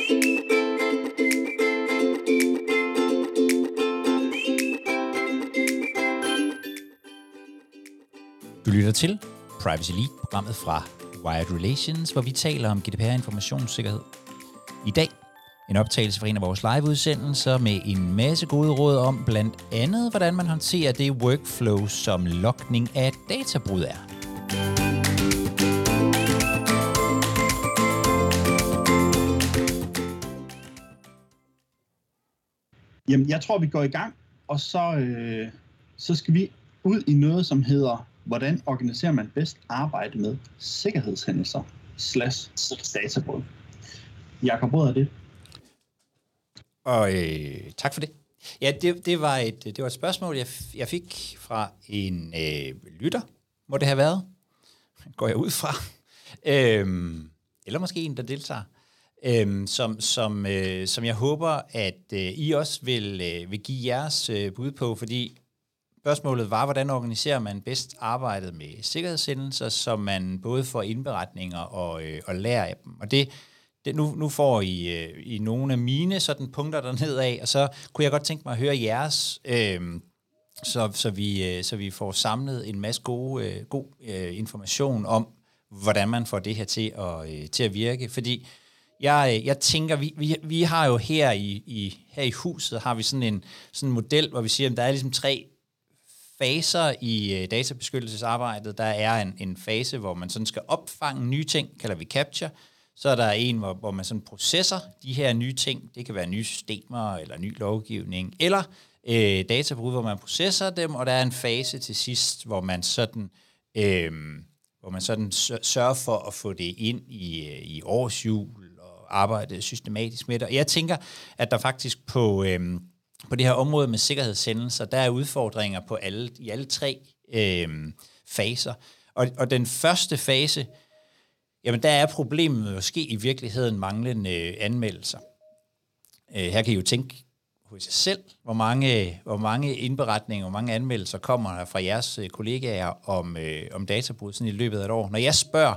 Du lytter til Privacy League, programmet fra Wired Relations, hvor vi taler om GDPR-informationssikkerhed. I dag en optagelse fra en af vores liveudsendelser med en masse gode råd om blandt andet, hvordan man håndterer det workflow, som logning af databrud er. Jamen, jeg tror, vi går i gang, og så skal vi ud i noget, som hedder, hvordan organiserer man bedst arbejde med sikkerhedshændelser / databrud. Jakob, råd er det? Og tak for det. Ja, det var et spørgsmål, jeg fik fra en lytter, må det have været. Går jeg ud fra. Eller måske en, der deltager. Som jeg håber, at I også vil give jeres bud på, fordi spørgsmålet var, hvordan organiserer man bedst arbejdet med sikkerhedshændelser, så man både får indberetninger og lærer af dem. Og det nu får I nogle af mine punkter dernede af, og så kunne jeg godt tænke mig at høre jeres, så vi får samlet en masse god information om, hvordan man får det her til at virke. Fordi jeg tænker, vi har jo her i huset, har vi sådan en model, hvor vi siger, at der er ligesom 3 faser i databeskyttelsesarbejdet. Der er en fase, hvor man sådan skal opfange nye ting, kalder vi capture. Så er der en, hvor man sådan processer de her nye ting. Det kan være nye systemer eller ny lovgivning, eller databrud, hvor man processer dem, og der er en fase til sidst, hvor man sådan sørger for at få det ind i årshjul og arbejde systematisk med det. Og jeg tænker, at der faktisk på det her område med sikkerhedshændelser, der er udfordringer i alle 3 faser. Og den første fase, jamen der er problemet måske i virkeligheden manglende anmeldelser. Her kan I jo tænke hos jer selv, hvor mange indberetninger, hvor mange anmeldelser kommer der fra jeres kollegaer om databrud sådan i løbet af et år. Når jeg spørger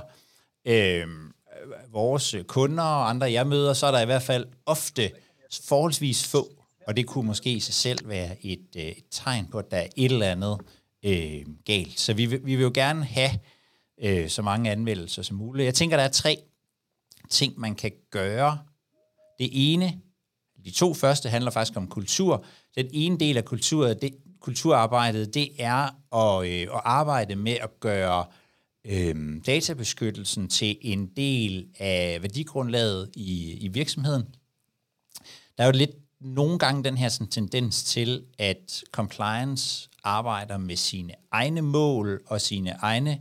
vores kunder og andre, jeg møder, så er der i hvert fald ofte forholdsvis få, og det kunne måske i sig selv være et tegn på, at der er et eller andet galt. Så vi vil jo gerne have så mange anmeldelser som muligt. Jeg tænker, der er 3 ting, man kan gøre. Det ene, de 2 første, handler faktisk om kultur. Den ene del af kulturarbejdet, det er at arbejde med at gøre databeskyttelsen til en del af værdigrundlaget i virksomheden. Der er jo nogle gange den her tendens til, at compliance arbejder med sine egne mål og sine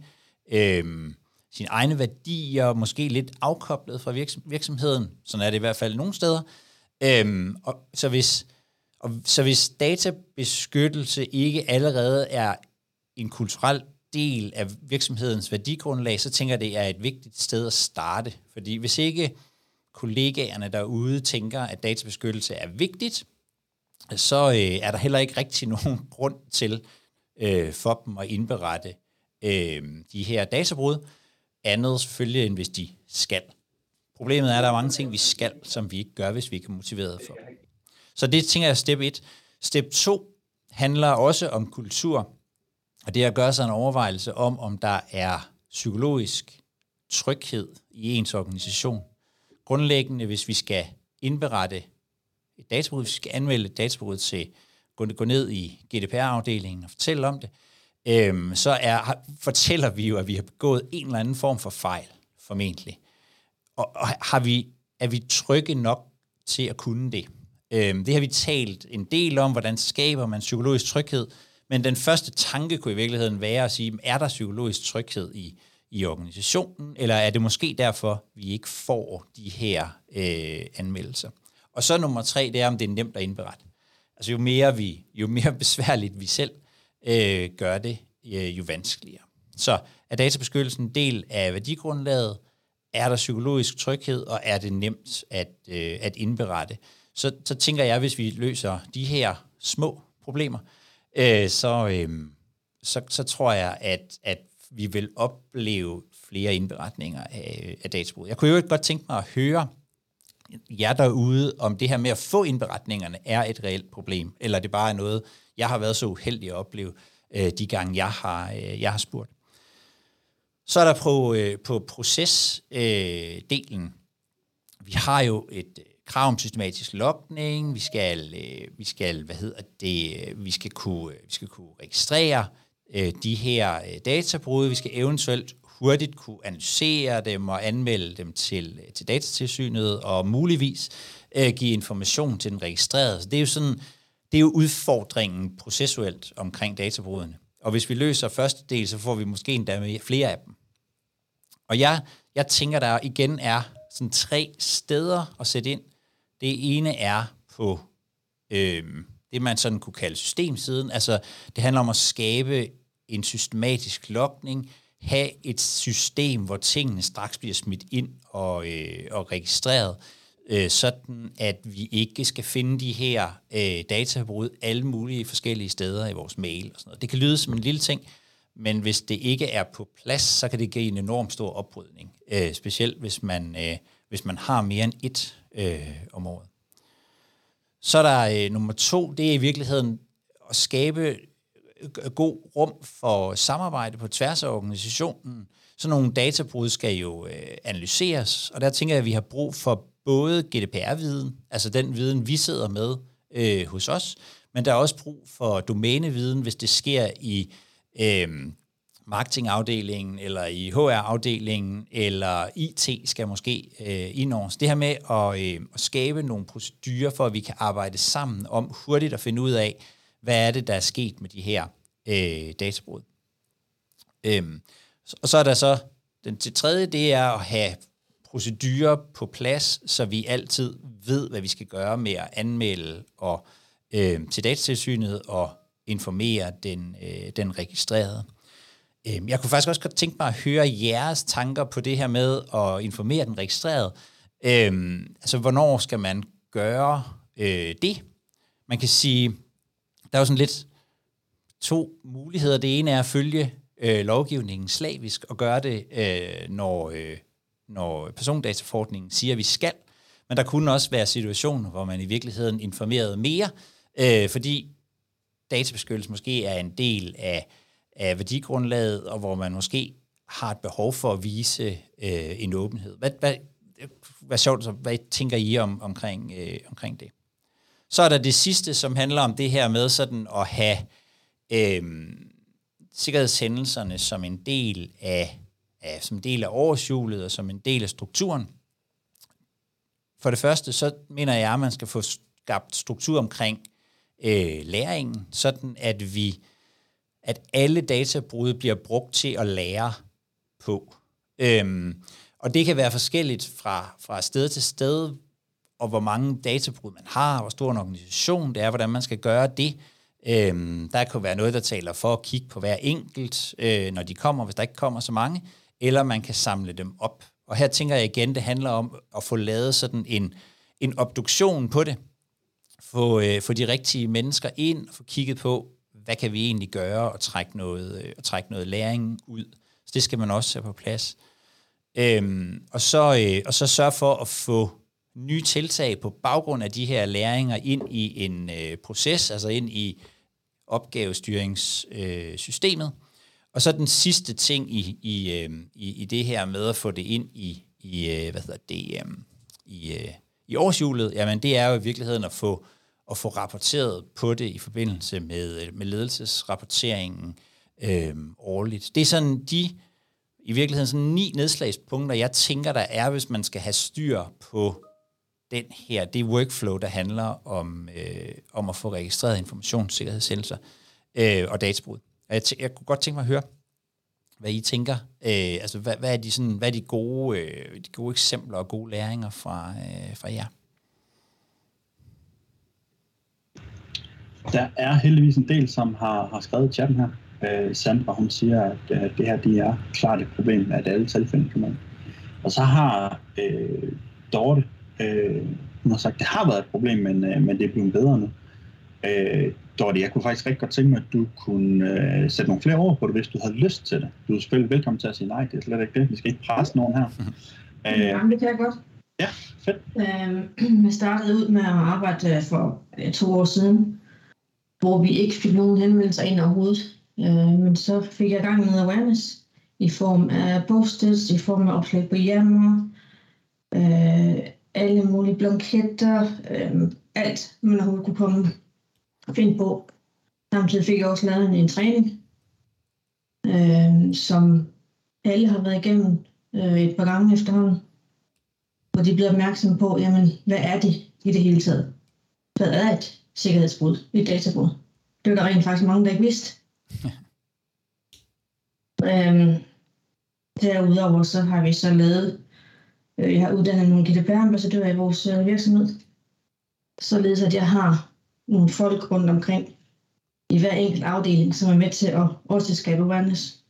egne værdier, måske lidt afkoblet fra virksomheden. Sådan er det i hvert fald nogle steder. Så hvis databeskyttelse ikke allerede er en kulturel del af virksomhedens værdigrundlag, så tænker jeg, det er et vigtigt sted at starte. Fordi hvis ikke kollegaerne derude tænker, at databeskyttelse er vigtigt, så er der heller ikke rigtig nogen grund til for dem at indberette de her databrud. Andet selvfølgelig, end hvis de skal. Problemet er, at der er mange ting, vi skal, som vi ikke gør, hvis vi ikke er motiveret for. Så det tænker jeg er step 1. Step 2 handler også om kultur, og det er at gøre sig en overvejelse om der er psykologisk tryghed i ens organisation. Grundlæggende, hvis vi skal indberette et databrud, hvis vi skal anmelde et databrud til gå ned i GDPR-afdelingen og fortælle om det, fortæller vi jo, at vi har begået en eller anden form for fejl, formentlig. Og er vi trygge nok til at kunne det? Det har vi talt en del om, hvordan skaber man psykologisk tryghed, men den første tanke kunne i virkeligheden være at sige, er der psykologisk tryghed i organisationen, eller er det måske derfor, vi ikke får de her anmeldelser? Og så nummer 3, det er, om det er nemt at indberette. Altså jo mere besværligt vi selv gør det, jo vanskeligere. Så er databeskyttelsen en del af værdigrundlaget? Er der psykologisk tryghed, og er det nemt at indberette? Så tænker jeg, hvis vi løser de her små problemer, så tror jeg, at vi vil opleve flere indberetninger af databrud. Jeg kunne jo godt tænke mig at høre, jer derude, om det her med at få indberetningerne er et reelt problem, eller det bare er noget, jeg har været så uheldig at opleve de gange, jeg har spurgt. Så er der på procesdelen. Vi har jo et krav om systematisk logning. Vi skal kunne registrere de her databrud. Vi skal eventuelt hurtigt kunne analysere dem og anmelde dem til Datatilsynet og muligvis give information til den registrerede. Så det er jo udfordringen processuelt omkring databrudene. Og hvis vi løser første del, så får vi måske endda med flere af dem. Og jeg tænker, der igen er sådan 3 steder at sætte ind. Det ene er på det, man sådan kunne kalde systemsiden. Altså, det handler om at skabe en systematisk logning, have et system, hvor tingene straks bliver smidt ind og registreret, sådan at vi ikke skal finde de her databrud alle mulige forskellige steder i vores mail og sådan noget. Det kan lyde som en lille ting, men hvis det ikke er på plads, så kan det give en enorm stor opbrydning. Specielt hvis man har mere end et om året. Så er der nummer 2, det er i virkeligheden at skabe god rum for samarbejde på tværs af organisationen. Så nogle databrud skal jo analyseres, og der tænker jeg, at vi har brug for både GDPR-viden, altså den viden, vi sidder med hos os, men der er også brug for domæneviden, hvis det sker i marketingafdelingen, eller i HR-afdelingen, eller IT skal måske indordnes. Det her med at skabe nogle procedurer, for at vi kan arbejde sammen om hurtigt at finde ud af, hvad er det, der er sket med de her databrud. Og så er der så det tredje, det er at have procedurer på plads, så vi altid ved, hvad vi skal gøre med at anmelde og til Datatilsynet og informere den registrerede. Jeg kunne faktisk også godt tænke mig at høre jeres tanker på det her med at informere den registrerede. Altså, hvornår skal man gøre det? Man kan sige, der er jo sådan lidt 2 muligheder. Det ene er at følge lovgivningen slavisk og gøre det, når persondataforordningen siger, at vi skal. Men der kunne også være situationer, hvor man i virkeligheden informerede mere, fordi databeskyttelse måske er en del af værdigrundlaget, og hvor man måske har et behov for at vise en åbenhed. Hvad sjovt, så hvad tænker I omkring det? Så er der det sidste, som handler om det her med sådan at have sikkerhedshændelserne som en del af årshjulet og som en del af strukturen. For det første, så mener jeg, at man skal få skabt struktur omkring læringen, sådan at alle databrud bliver brugt til at lære på. Og det kan være forskelligt fra sted til sted, og hvor mange databrud man har, hvor stor en organisation det er, hvordan man skal gøre det. Der kan være noget, der taler for at kigge på hver enkelt, når de kommer, hvis der ikke kommer så mange, eller man kan samle dem op. Og her tænker jeg igen, det handler om at få lavet sådan en obduktion på det, få de rigtige mennesker ind, og få kigget på, hvad kan vi egentlig gøre, og trække noget læring ud. Så det skal man også have på plads. Og så sørge for at få nye tiltag på baggrund af de her læringer ind i en proces, altså ind i opgavestyringssystemet. Og så den sidste ting i det her med at få det ind i årshjulet, jamen det er jo i virkeligheden at få rapporteret på det i forbindelse med ledelsesrapporteringen årligt. Det er sådan i virkeligheden sådan 9 nedslagspunkter, jeg tænker, der er, hvis man skal have styr på det workflow, der handler om at få registreret informationssikkerhedshændelser og databrud. Jeg kunne godt tænke mig at høre, hvad I tænker. Altså, hvad er de gode eksempler og gode læringer fra jer? Der er heldigvis en del, som har skrevet i chatten her. Sandra, hun siger, at det her de er klart et problem, at alle tilfælde kommer ind. Og så har Dorte, hun har sagt, at det har været et problem, men det er blevet bedre nu. Dorte, jeg kunne faktisk rigtig godt tænke mig, at du kunne sætte nogle flere ord på det, hvis du havde lyst til det. Du er selvfølgelig velkommen til at sige nej, det er slet ikke det. Vi skal ikke presse nogen her. Jamen, det kan jeg godt. Ja, fedt. Jeg startede ud med at arbejde for 2 år siden, hvor vi ikke fik nogen henvendelser ind overhovedet. Men så fik jeg gang i noget awareness i form af post-its, i form af opslag på Yammer, alle mulige blanketter, alt man overhovedet kunne komme og finde på. Samtidig fik jeg også lavet en træning, som alle har været igennem et par gange efterhånden, hvor de bliver opmærksomme på, jamen, hvad er det i det hele taget? Hvad er et sikkerhedsbrud, et databrud? Det er der rent faktisk mange, der ikke vidste. Derudover så har vi så lavet, jeg har uddannet nogle GDPR-ambassadører i vores virksomhed, således at jeg har nogle folk rundt omkring i hver enkelt afdeling, som er med til at også skabe awareness.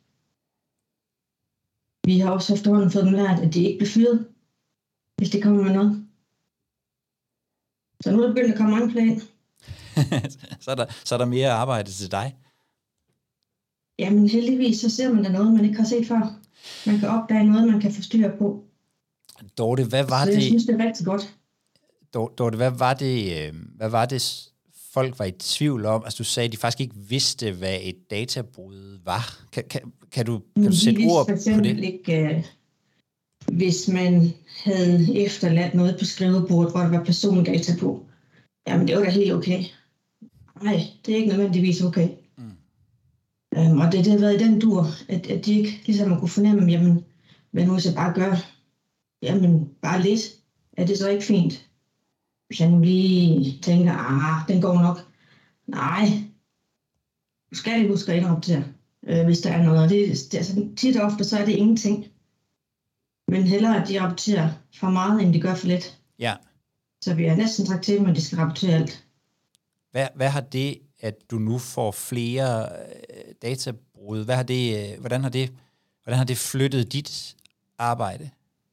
Vi har også efterhånden fået dem lært, at de ikke bliver fyret, hvis de kommer med noget. Så nu er der begyndt at komme mange planer. så er der mere arbejde til dig? Jamen heldigvis, så ser man da noget, man ikke har set før. Man kan opdage noget, man kan få styr på. Dorte, hvad var så det? Jeg synes, det er rigtig godt. Dorte, hvad var det, folk var i tvivl om? Altså, du sagde, at de faktisk ikke vidste, hvad et databrud var. Kan du sætte ord på det? For eksempel ikke, hvis man havde efterladt noget på skrivebordet, hvor der var persondata på. Jamen, det var da helt okay. Nej, det er ikke nødvendigvis okay. Og det har været i den dur, at de ikke ligesom kunne fornemme, jamen, hvad nu hvis jeg bare gør, jamen, bare lidt, er det så ikke fint? Hvis jeg nu lige tænker, den går nok. Nej, du skal ikke huske at indrapportere, hvis der er noget. Og det, altså, tit og ofte, så er det ingenting. Men hellere, at de rapporterer for meget, end de gør for lidt. Ja. Så vi har næsten sagt til dem, at de skal rapportere alt. Hvad har det, at du nu får flere databrud, hvordan har det flyttet dit arbejde?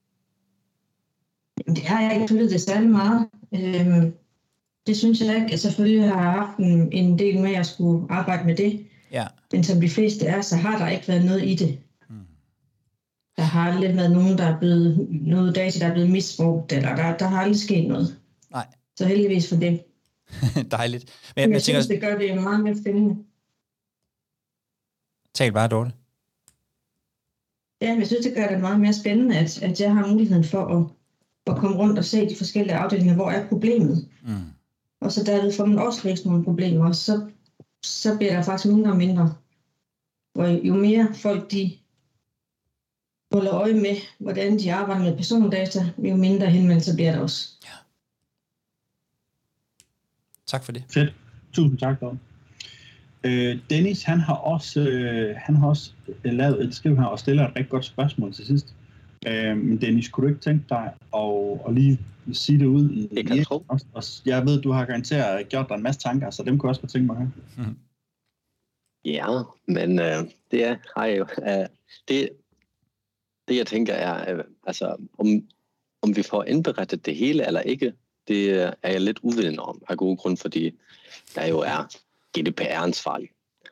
Det har jeg ikke flyttet det særlig meget. Det synes jeg ikke. Jeg selvfølgelig har haft en del med, at jeg skulle arbejde med det. Ja. Men som de fleste er, så har der ikke været noget i det. Der har aldrig været nogen, der er blevet noget data, der er blevet misbrugt, eller der har aldrig sket noget. Nej. Så heldigvis for det. Dejligt. Men jeg synes, det gør det meget mere spændende. Tal bare, Dorte. Ja, jeg synes, det gør det meget mere spændende, at jeg har muligheden for at komme rundt og se de forskellige afdelinger, hvor er problemet. Og så derved får man også løst nogle problemer, og så bliver der faktisk mindre og mindre. Og jo mere folk de holder øje med, hvordan de arbejder med persondata, jo mindre henvendelser bliver der også. Ja. Tak for det. Fedt. Tusind tak, Dorte. Dennis, han har også lavet et skriv her og stiller et rigtig godt spørgsmål til sidst. Men Dennis, kunne du ikke tænke dig at lige sige det ud i og jeg ved, du har garanteret gjort dig en masse tanker, så dem kunne jeg også godt tænke mig at høre. Ja, men det har jeg jo. Det jeg tænker er, altså om vi får indberettet det hele eller ikke, det er jeg lidt uvidende om af gode grund, fordi der jo er GDPR-ansvarlig.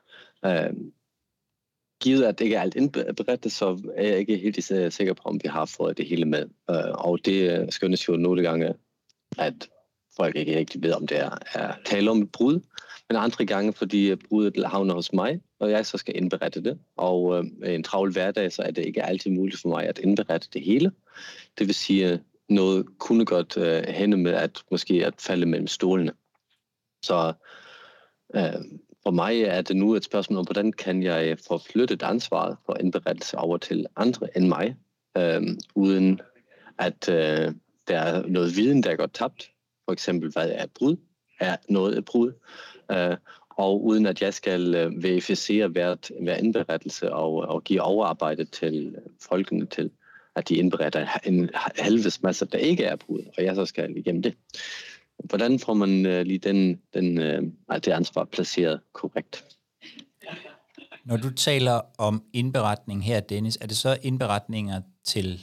Givet at det ikke er alt indberettet, så er jeg ikke helt sikker på, om vi har fået det hele med. Og det skønnes jo nogle gange, at folk ikke rigtig ved, om det er tale om et brud, men andre gange, fordi brudet havner hos mig, og jeg så skal indberette det. Og en travl hverdag, så er det ikke altid muligt for mig at indberette det hele. Det vil sige, noget kunne godt hænde med at måske at falde mellem stolene. Så for mig er det nu et spørgsmål om, hvordan kan jeg få flyttet ansvaret for indberettelse over til andre end mig, uden at der er noget viden, der er godt tabt. For eksempel, hvad er et brud? Er noget et brud? Og uden at jeg skal verificere hver indberettelse og give overarbejde til folkene til, at de indberetter en helvedes masse, der ikke er brud, og jeg så skal igennem det. Hvordan får man lige det ansvar placeret korrekt? Når du taler om indberetning her, Dennis, er det så indberetninger til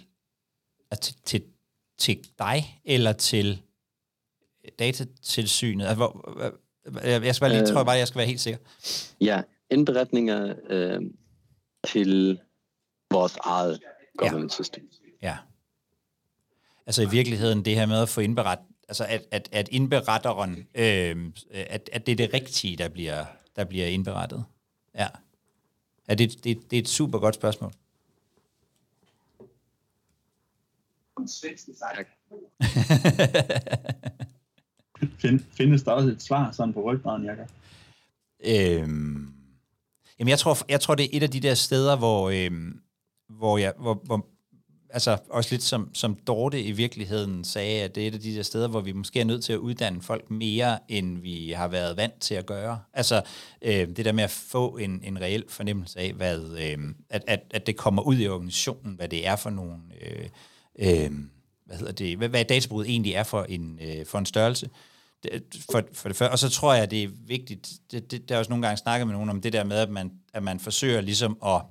dig, eller til Datatilsynet? Altså, jeg skal bare lige, tror jeg bare, jeg skal være helt sikker. Ja, indberetninger til vores eget government system. Ja. Altså i virkeligheden det her med at få altså at indberetteren, at det er det rigtige, der bliver indberettet. Ja. Det er et super godt spørgsmål. Findes der også et svar sådan på ryggraden, Jakob? Jamen jeg tror det er et af de der steder, hvor altså også lidt som Dorte i virkeligheden sagde, at det er et af de der steder, hvor vi måske er nødt til at uddanne folk mere, end vi har været vant til at gøre. Altså det der med at få en reel fornemmelse af, at det kommer ud i organisationen, hvad det er for nogle, hvad databrud egentlig er for en størrelse. For det første. Og så tror jeg, det er vigtigt, der er også nogle gange snakket med nogen om det der med, at man forsøger ligesom at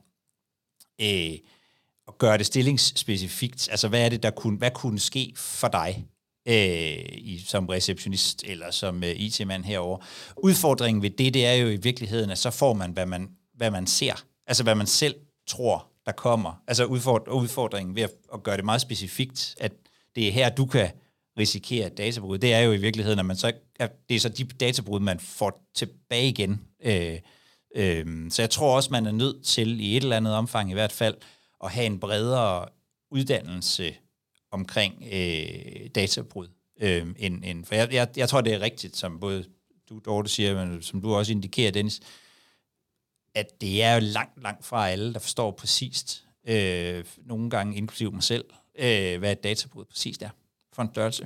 gøre det stillingsspecifikt. Altså, hvad er det, hvad kunne ske for dig som receptionist eller som IT-mand herover? Udfordringen ved det er jo i virkeligheden, at så får man, hvad man ser. Altså, hvad man selv tror, der kommer. Altså, udfordringen ved at gøre det meget specifikt, at det er her, du kan risikere et databrud. Det er jo i virkeligheden, at det er så de databrud, man får tilbage igen. Så jeg tror også, man er nødt til, i et eller andet omfang i hvert fald, at have en bredere uddannelse omkring databrud. For jeg tror, det er rigtigt, som både du, Dorte, siger, men som du også indikerer, Dennis, at det er jo langt fra alle, der forstår præcist, nogle gange inklusive mig selv, hvad et databrud præcist er for en størrelse.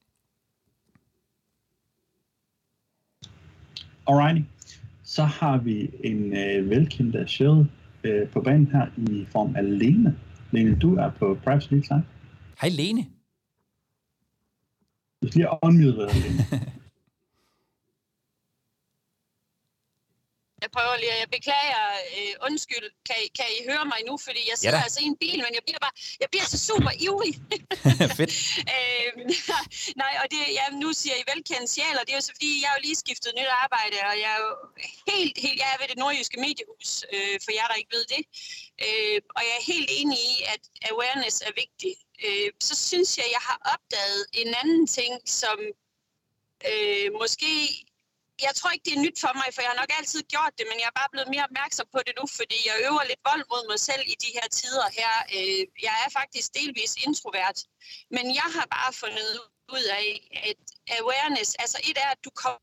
Alrighty. Så har vi en velkendt show på banen her i form af Lene. Lene, du er på Privacy League Live. Hej Lene. Du skal lige unmute dig, Lene. Jeg prøver lige, jeg beklager, undskyld, kan I høre mig nu, fordi jeg sidder altså i en bil, men jeg bliver så super ivrig. Fedt. Nej, og det, nu siger I velkendt sjæl, og det er jo så fordi, jeg har jo lige skiftet nyt arbejde, og jeg er jo helt, jeg er ved det nordjyske mediehus, for jer, der ikke ved det. Og jeg er helt enig i, at awareness er vigtig. Så synes jeg har opdaget en anden ting, som måske... Jeg tror ikke, det er nyt for mig, for jeg har nok altid gjort det, men jeg er bare blevet mere opmærksom på det nu, fordi jeg øver lidt vold mod mig selv i de her tider her. Jeg er faktisk delvis introvert, men jeg har bare fundet ud af, at awareness, altså et er, at du kommer,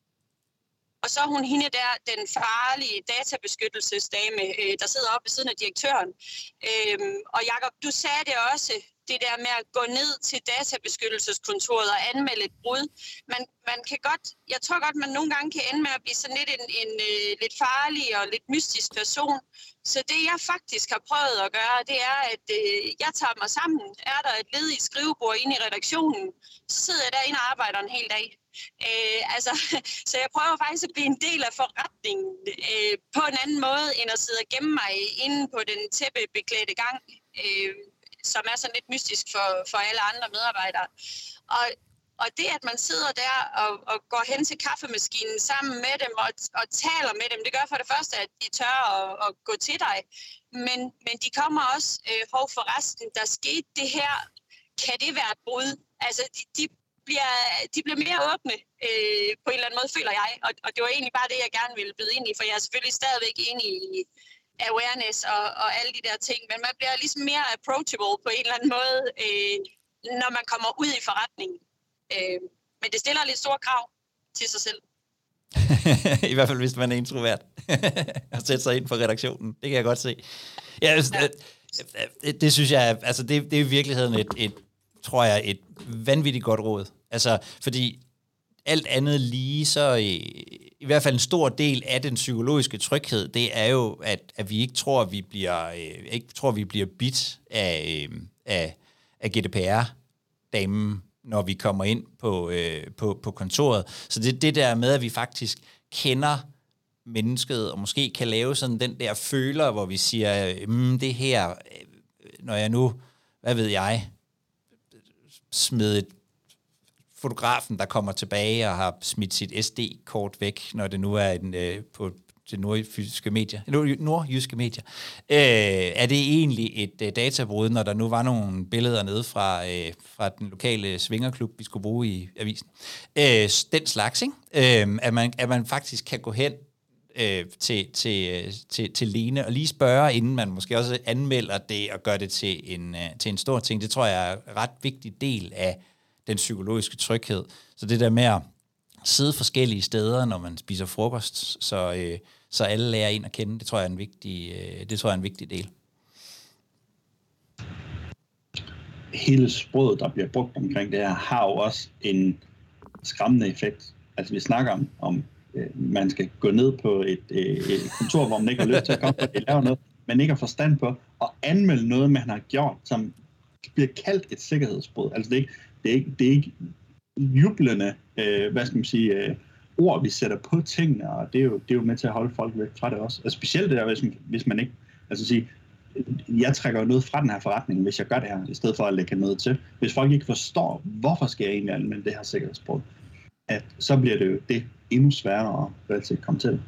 og så er hun hende der, den farlige databeskyttelsesdame, der sidder oppe ved siden af direktøren. Og Jakob, du sagde det også, det der med at gå ned til databeskyttelseskontoret og anmelde et brud. Man kan godt, jeg tror godt, man nogle gange kan ende med at blive sådan lidt en lidt farlig og lidt mystisk person. Så det jeg faktisk har prøvet at gøre, det er, at jeg tager mig sammen. Er der et ledigt skrivebord inde i redaktionen, så sidder jeg derinde og arbejder en hel dag. Så jeg prøver faktisk at blive en del af forretningen på en anden måde, end at sidde og gemme mig inde på den tæppebeklædte gang. Som er sådan lidt mystisk for alle andre medarbejdere. Og det, at man sidder der og går hen til kaffemaskinen sammen med dem og taler med dem, det gør for det første, at de tør at gå til dig. Men de kommer også, for resten, der skete det her, kan det være et brud? Altså, de bliver mere åbne på en eller anden måde, føler jeg. Og det var egentlig bare det, jeg gerne ville byde ind i, for jeg er selvfølgelig stadigvæk inde i awareness og alle de der ting, men man bliver ligesom mere approachable på en eller anden måde, når man kommer ud i forretningen. Men det stiller lidt store krav til sig selv. I hvert fald, hvis man er introvert. Og sætte sig ind på redaktionen. Det kan jeg godt se. Det synes jeg, altså det er i virkeligheden tror jeg, et vanvittigt godt råd. Altså, fordi alt andet lige, så i hvert fald en stor del af den psykologiske tryghed, det er jo, at vi ikke tror, vi bliver bidt af GDPR-damen, når vi kommer ind på kontoret. Så det der med, at vi faktisk kender mennesket, og måske kan lave sådan den der føler, hvor vi siger, det her, når jeg nu, hvad ved jeg, smed et fotografen, der kommer tilbage og har smidt sit SD-kort væk, når det nu er til nordjyske medier. Er det egentlig et databrud, når der nu var nogle billeder nede fra den lokale svingerklub, vi skulle bruge i avisen? Den slags, ikke? At man faktisk kan gå hen til Lene og lige spørge, inden man måske også anmelder det og gør det til en stor ting. Det tror jeg er en ret vigtig del af den psykologiske tryghed. Så det der med at sidde forskellige steder, når man spiser frokost, så alle lærer en at kende, det tror jeg er en vigtig del. Hele sproget, der bliver brugt omkring det her, har jo også en skræmmende effekt. Altså vi snakker om man skal gå ned på et kontor, hvor man ikke har lyst til at komme og lave noget, man ikke har forstand på, og anmelde noget, man har gjort, som bliver kaldt et sikkerhedsbrud. Altså det er ikke jublende, ord, vi sætter på tingene, og det er jo med til at holde folk væk fra det også. Og specielt det der, hvis man ikke, altså sige, jeg trækker jo noget fra den her forretning, hvis jeg gør det her, i stedet for at lægge noget til. Hvis folk ikke forstår, hvorfor skal jeg egentlig anmelde det her sikkerhedsbrud, så bliver det jo det endnu sværere at komme til.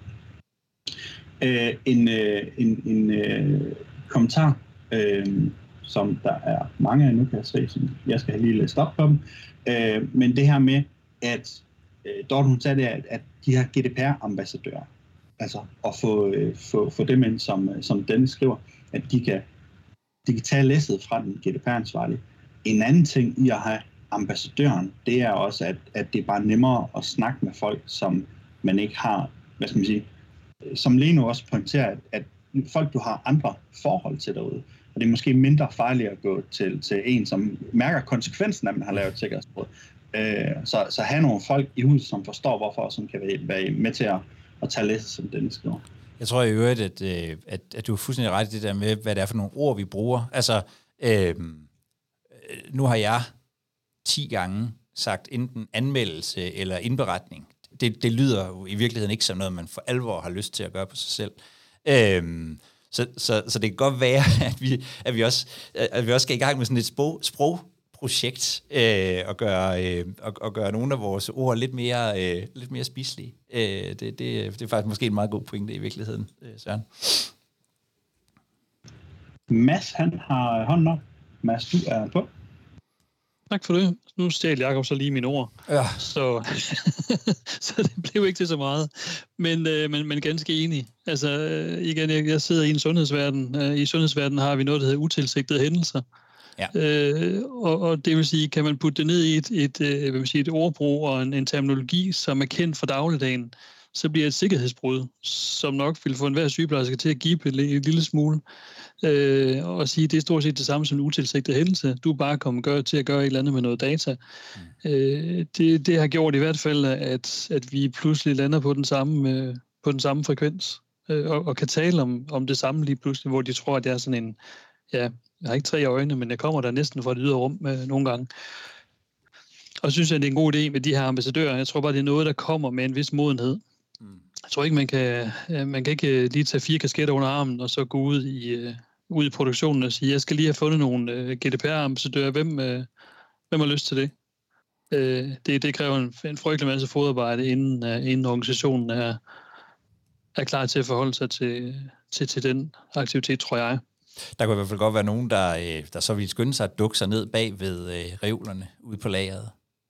En kommentar, som der er mange af nu, kan jeg se, som jeg skal have lige læst op på dem, men det her med, at Dorte, hun sagde det, at de her GDPR-ambassadører, altså at få dem ind, som Dennis skriver, at de kan tage læsset fra den GDPR-ansvarlige. En anden ting i at have ambassadøren, det er også, at det er bare nemmere at snakke med folk, som man ikke har, som Leno også pointerer, at folk, du har andre forhold til derude, og det er måske mindre farligt at gå til en, som mærker konsekvensen af, at man har lavet et sikkerhedsbrud. Så have nogle folk i huset, som forstår hvorfor, som kan være med til at tage læsset, som Dennis skriver. Jeg tror i øvrigt, at du er fuldstændig ret i det der med, hvad det er for nogle ord, vi bruger. Altså, nu har jeg 10 gange sagt enten anmeldelse eller indberetning. Det lyder jo i virkeligheden ikke som noget, man for alvor har lyst til at gøre på sig selv. Så det kan godt være, at vi også skal i gang med sådan et sprogprojekt og gøre nogle af vores ord lidt mere spiselige. Det er faktisk måske en meget god pointe i virkeligheden, Søren. Mads, han har hånden op. Mads, du er på. Tak for det. Nu stjal Jacob så lige mine ord. Ja. Så det blev ikke til så meget. Men ganske enig. Altså igen, jeg sidder i en sundhedsverden. I sundhedsverdenen har vi noget, der hedder utilsigtede hændelser. Ja. Og det vil sige, kan man putte det ned i et ordbrug og en terminologi, som er kendt fra dagligdagen, så bliver et sikkerhedsbrud, som nok vil få enhver sygeplejerske til at give en lille smule, og sige, det er stort set det samme som en utilsigtet hændelse. Du er bare kommet til at gøre et eller andet med noget data. Det har gjort i hvert fald, at vi pludselig lander på den samme frekvens, og kan tale om det samme lige pludselig, hvor de tror, at jeg er sådan en, ja, jeg har ikke 3 øjne, men jeg kommer der næsten fra et ydre rum nogle gange. Og jeg synes, at det er en god idé med de her ambassadører. Jeg tror bare, det er noget, der kommer med en vis modenhed. Jeg tror ikke, man kan ikke lige tage 4 kasketter under armen, og så gå ud i produktionen og sige, jeg skal lige have fundet nogle GDPR-ambassadører. Hvem har lyst til det? Det kræver en frygtelig masse fodarbejde, inden organisationen er klar til at forholde sig til den aktivitet, tror jeg. Der kunne i hvert fald godt være nogen, der så ville skynde sig at dukke sig ned bag ved reolerne ude på lageret.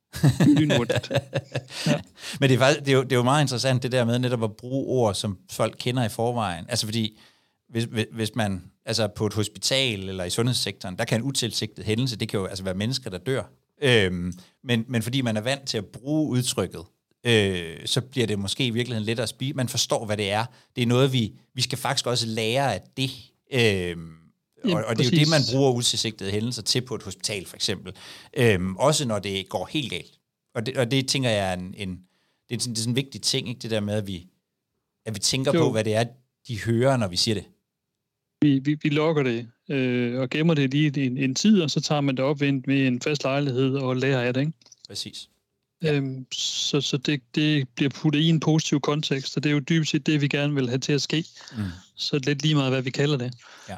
Ja. Men det er jo meget interessant det der med netop at bruge ord, som folk kender i forvejen. Altså fordi, hvis man altså på et hospital eller i sundhedssektoren, der kan en utilsigtet hændelse, det kan jo altså være mennesker, der dør. Men fordi man er vant til at bruge udtrykket, så bliver det måske i virkeligheden lettere at spise. Man forstår, hvad det er. Det er noget, vi skal faktisk også lære af det. Og det er jo det, man bruger utilsigtede hændelser til på et hospital, for eksempel. Også når det går helt galt. Og det tænker jeg er det er sådan en vigtig ting, ikke? Det der med, at vi tænker på, hvad det er, de hører, når vi siger det. Vi logger det og gemmer det lige en tid, og så tager man det op med en fast lejlighed og lærer af det, ikke? Præcis. Ja. Så det bliver puttet i en positiv kontekst, og det er jo dybest set det, vi gerne vil have til at ske. Så lidt lige meget, hvad vi kalder det. Ja.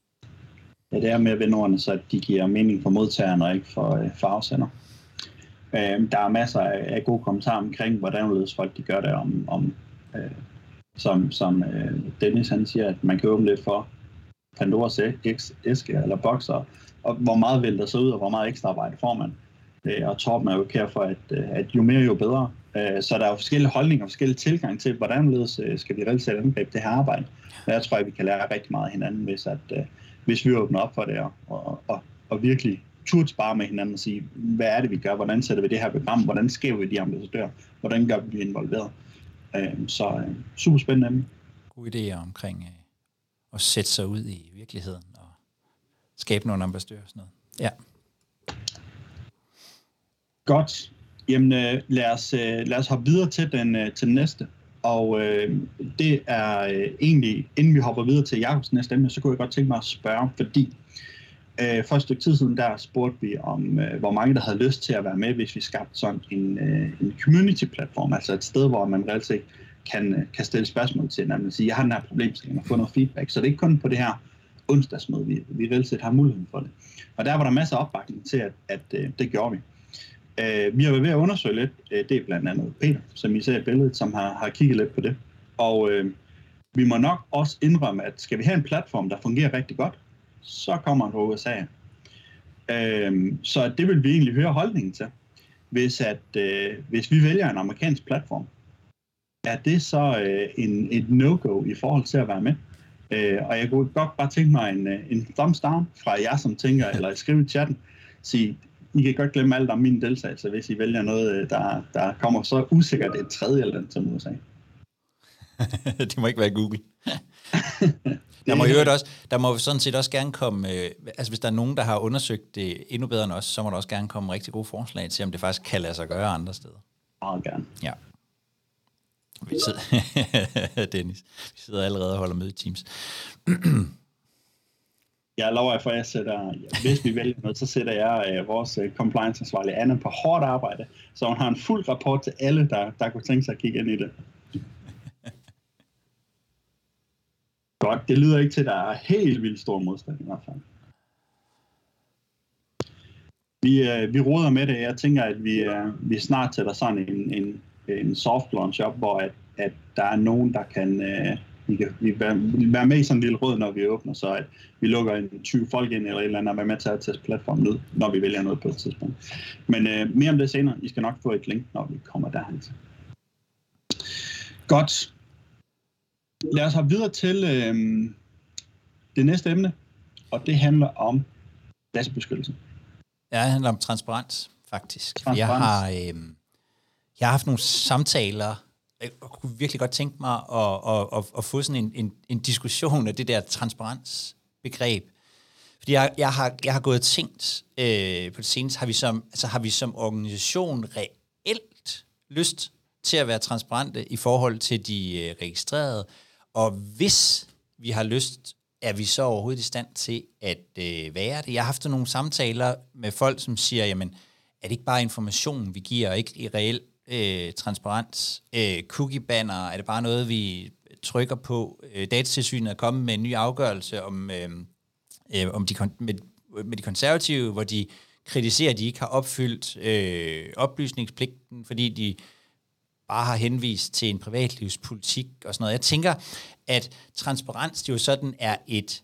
Ja, det er med at vende ordene, så de giver mening for modtageren og ikke for afsender. Der er masser af gode kommentarer omkring, hvordan folk de gør det, som Dennis han siger, at man kan åbne lidt for Pandoras æske eller bokser, og hvor meget vil der så ud, og hvor meget ekstra arbejde får man. Og Torben er jo kær for, at jo mere, jo bedre. Så der er jo forskellige holdninger, forskellige tilgang til, hvordan skal vi reelt angribe det her arbejde. Og jeg tror, at vi kan lære rigtig meget af hinanden, hvis vi åbner op for det, og virkelig turde spare med hinanden og sige, hvad er det, vi gør, hvordan sætter vi det her program, hvordan skaber vi de ambassadører, hvordan gør vi involveret. Så super spændende. Gode idéer omkring at sætte sig ud i virkeligheden og skabe nogle ambassadører og sådan noget. Ja. Godt. Jamen, lad os hoppe videre til den næste. Og det er egentlig, inden vi hopper videre til Jakobs næste emne, så kunne jeg godt tænke mig at spørge, fordi for et stykke tid siden, der spurgte vi om, hvor mange der havde lyst til at være med, hvis vi skabte sådan en community-platform, altså et sted, hvor man reelt set kan stille spørgsmål til hinanden og sige, jeg har den her problemstilling og få noget feedback. Så det er ikke kun på det her onsdagsmøde, vi reelt set har muligheden for det. Og der var der masser af opbakning til, at det gjorde vi. Vi har været ved at undersøge lidt, det er blandt andet Peter, som I ser i billedet, som har kigget lidt på det. Og vi må nok også indrømme, at skal vi have en platform, der fungerer rigtig godt, så kommer han fra USA. Så det vil vi egentlig høre holdningen til. Hvis vi vælger en amerikansk platform, er det så et no-go i forhold til at være med? Og jeg kunne godt bare tænke mig en thumbs down fra jer, som tænker, eller skrive i chatten, sige, I kan godt glemme alt om min deltagelse, hvis I vælger noget, der kommer så usikkert et tredje land som USA. Det må ikke være Google. Der må sådan set også gerne komme, altså hvis der er nogen, der har undersøgt det endnu bedre end os, så må der også gerne komme rigtig gode forslag til, om det faktisk kan lade sig gøre andre steder. Meget gerne. Ja. Vi sidder, Dennis, vi sidder allerede og holder møde i Teams. Jeg lover for, at hvis vi vælger noget, så sætter jeg vores compliance-ansvarlige Anna på hårdt arbejde, så hun har en fuld rapport til alle, der kunne tænke sig at kigge ind i det. Godt, det lyder ikke til, at der er helt vildt stor modstand i hvert fald. Vi roder med det. Jeg tænker, at vi snart sætter sådan en soft launch op, hvor at der er nogen, der kan... Vi være med i sådan en lille råd, når vi åbner, så at vi lukker 20 folk ind eller et eller andet, og være med til at teste platformen ud, når vi vælger noget på et tidspunkt. Men mere om det senere. I skal nok få et link, når vi kommer derhen til. Godt. Lad os hoppe videre til det næste emne, og det handler om databeskyttelse. Ja, det handler om transparens, faktisk. Transparens. Jeg har haft nogle samtaler. Jeg kunne virkelig godt tænke mig at få sådan en diskussion af det der transparensbegreb. Fordi jeg har gået og tænkt på det seneste, har vi som organisation reelt lyst til at være transparente i forhold til de registrerede, og hvis vi har lyst, er vi så overhovedet i stand til at være det? Jeg har haft nogle samtaler med folk, som siger, jamen, er det ikke bare information, vi giver, og ikke i reelt transparens, cookie-banner, er det bare noget, vi trykker på? Datatilsynet er kommet med en ny afgørelse med de konservative, hvor de kritiserer, at de ikke har opfyldt oplysningspligten, fordi de bare har henvist til en privatlivspolitik og sådan noget. Jeg tænker, at transparens det jo sådan er et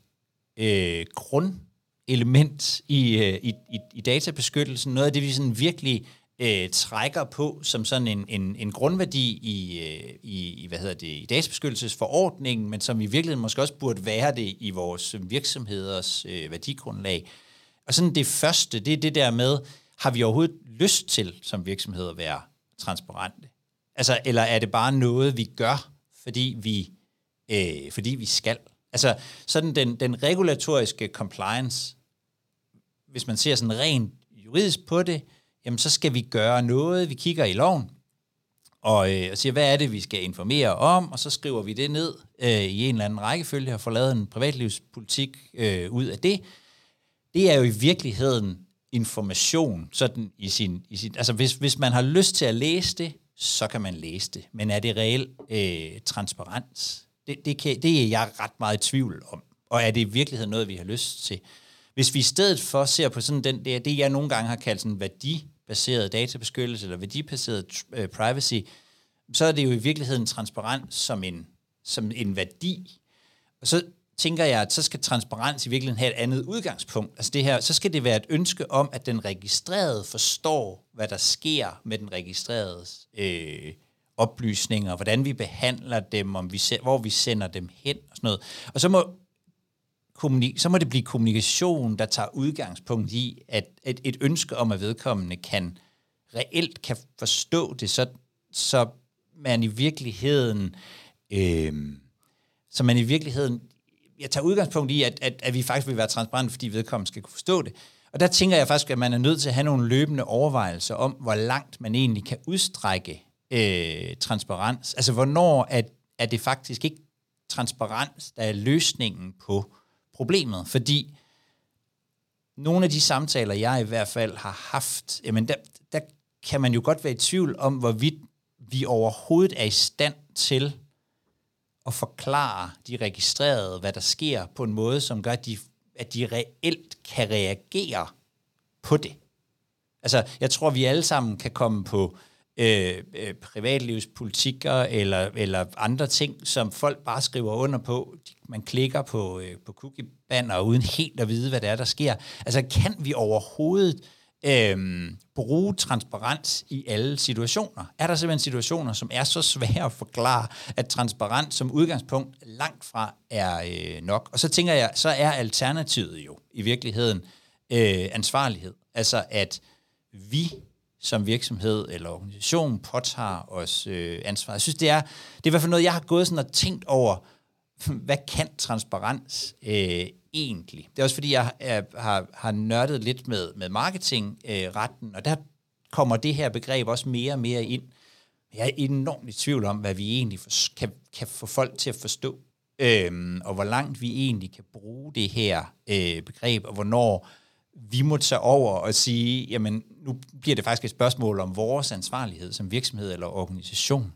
grundelement i databeskyttelsen. Noget af det, vi sådan virkelig trækker på som sådan en grundværdi i databeskyttelsesforordningen, men som i virkeligheden måske også burde være det i vores virksomheders værdigrundlag. Og sådan det første, det er det der med, har vi overhovedet lyst til som virksomhed at være transparente? Altså, eller er det bare noget, vi gør, fordi vi skal? Altså, sådan den regulatoriske compliance, hvis man ser sådan rent juridisk på det, jamen så skal vi gøre noget. Vi kigger i loven og siger, hvad er det, vi skal informere om, og så skriver vi det ned i en eller anden rækkefølge og får lavet en privatlivspolitik ud af det. Det er jo i virkeligheden information, sådan i sin altså hvis man har lyst til at læse det, så kan man læse det. Men er det reelt transparens? Det er jeg ret meget i tvivl om. Og er det i virkeligheden noget, vi har lyst til? Hvis vi i stedet for ser på sådan det jeg nogle gange har kaldt sådan værdibaseret værdibaseret databeskyttelse eller værdibaseret privacy, så er det jo i virkeligheden transparens som en værdi. Og så tænker jeg, at så skal transparens i virkeligheden have et andet udgangspunkt. Altså det her, så skal det være et ønske om, at den registrerede forstår, hvad der sker med den registreredes oplysninger, hvordan vi behandler dem, hvor vi sender dem hen og sådan noget. Og så må det blive kommunikation, der tager udgangspunkt i, at et ønske om, at vedkommende reelt kan forstå det, så man i virkeligheden jeg tager udgangspunkt i, at vi faktisk vil være transparente, fordi vedkommende skal kunne forstå det. Og der tænker jeg faktisk, at man er nødt til at have nogle løbende overvejelser om, hvor langt man egentlig kan udstrække transparens. Altså, hvornår er det faktisk ikke transparens, der er løsningen på problemet? Fordi nogle af de samtaler, jeg i hvert fald har haft, jamen der kan man jo godt være i tvivl om, hvorvidt vi overhovedet er i stand til at forklare de registrerede, hvad der sker på en måde, som gør, at de reelt kan reagere på det. Altså, jeg tror, vi alle sammen kan komme på privatlivspolitikker eller andre ting, som folk bare skriver under på. Man klikker på cookie-banner uden helt at vide, hvad det er, der sker. Altså, kan vi overhovedet bruge transparens i alle situationer? Er der simpelthen situationer, som er så svære at forklare, at transparens som udgangspunkt langt fra er nok? Og så tænker jeg, så er alternativet jo i virkeligheden ansvarlighed. Altså, at vi som virksomhed eller organisation påtager os ansvar. Jeg synes, det er i hvert fald noget, jeg har gået sådan og tænkt over, hvad kan transparens egentlig? Det er også fordi, jeg har nørdet lidt med marketingretten, og der kommer det her begreb også mere og mere ind. Jeg er enormt i tvivl om, hvad vi egentlig kan få folk til at forstå, og hvor langt vi egentlig kan bruge det her begreb, og hvornår vi må tage over og sige, jamen nu bliver det faktisk et spørgsmål om vores ansvarlighed som virksomhed eller organisation.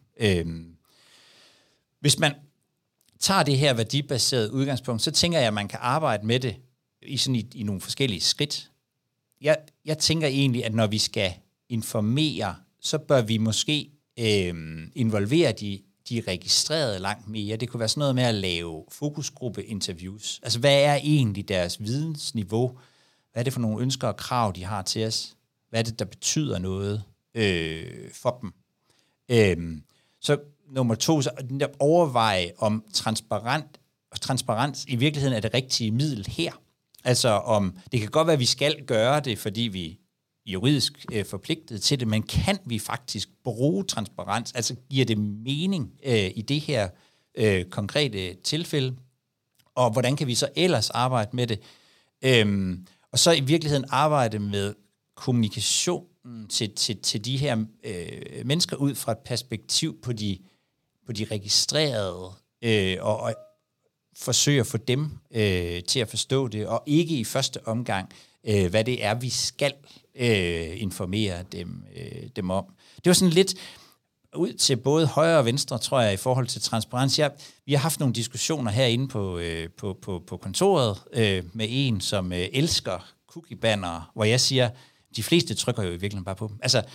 Hvis man tager det her værdibaserede udgangspunkt, så tænker jeg, at man kan arbejde med det i nogle forskellige skridt. Jeg tænker egentlig, at når vi skal informere, så bør vi måske involvere de registrerede langt mere. Det kunne være sådan noget med at lave fokusgruppe-interviews. Altså, hvad er egentlig deres vidensniveau? Hvad er det for nogle ønsker og krav, de har til os? Hvad er det, der betyder noget for dem? Så nummer 2, så overveje om transparens i virkeligheden er det rigtige middel her. Altså om, det kan godt være, at vi skal gøre det, fordi vi er juridisk forpligtet til det, men kan vi faktisk bruge transparens? Altså giver det mening i det her konkrete tilfælde? Og hvordan kan vi så ellers arbejde med det? Og så i virkeligheden arbejde med kommunikationen til de her mennesker ud fra et perspektiv på de registrerede, og forsøge at få dem til at forstå det, og ikke i første omgang, hvad det er, vi skal informere dem om. Det var sådan lidt ud til både højre og venstre, tror jeg, i forhold til transparens. Vi har haft nogle diskussioner herinde på kontoret med en, som elsker cookie-banner, hvor jeg siger, de fleste trykker jo i virkeligheden bare på dem. Altså,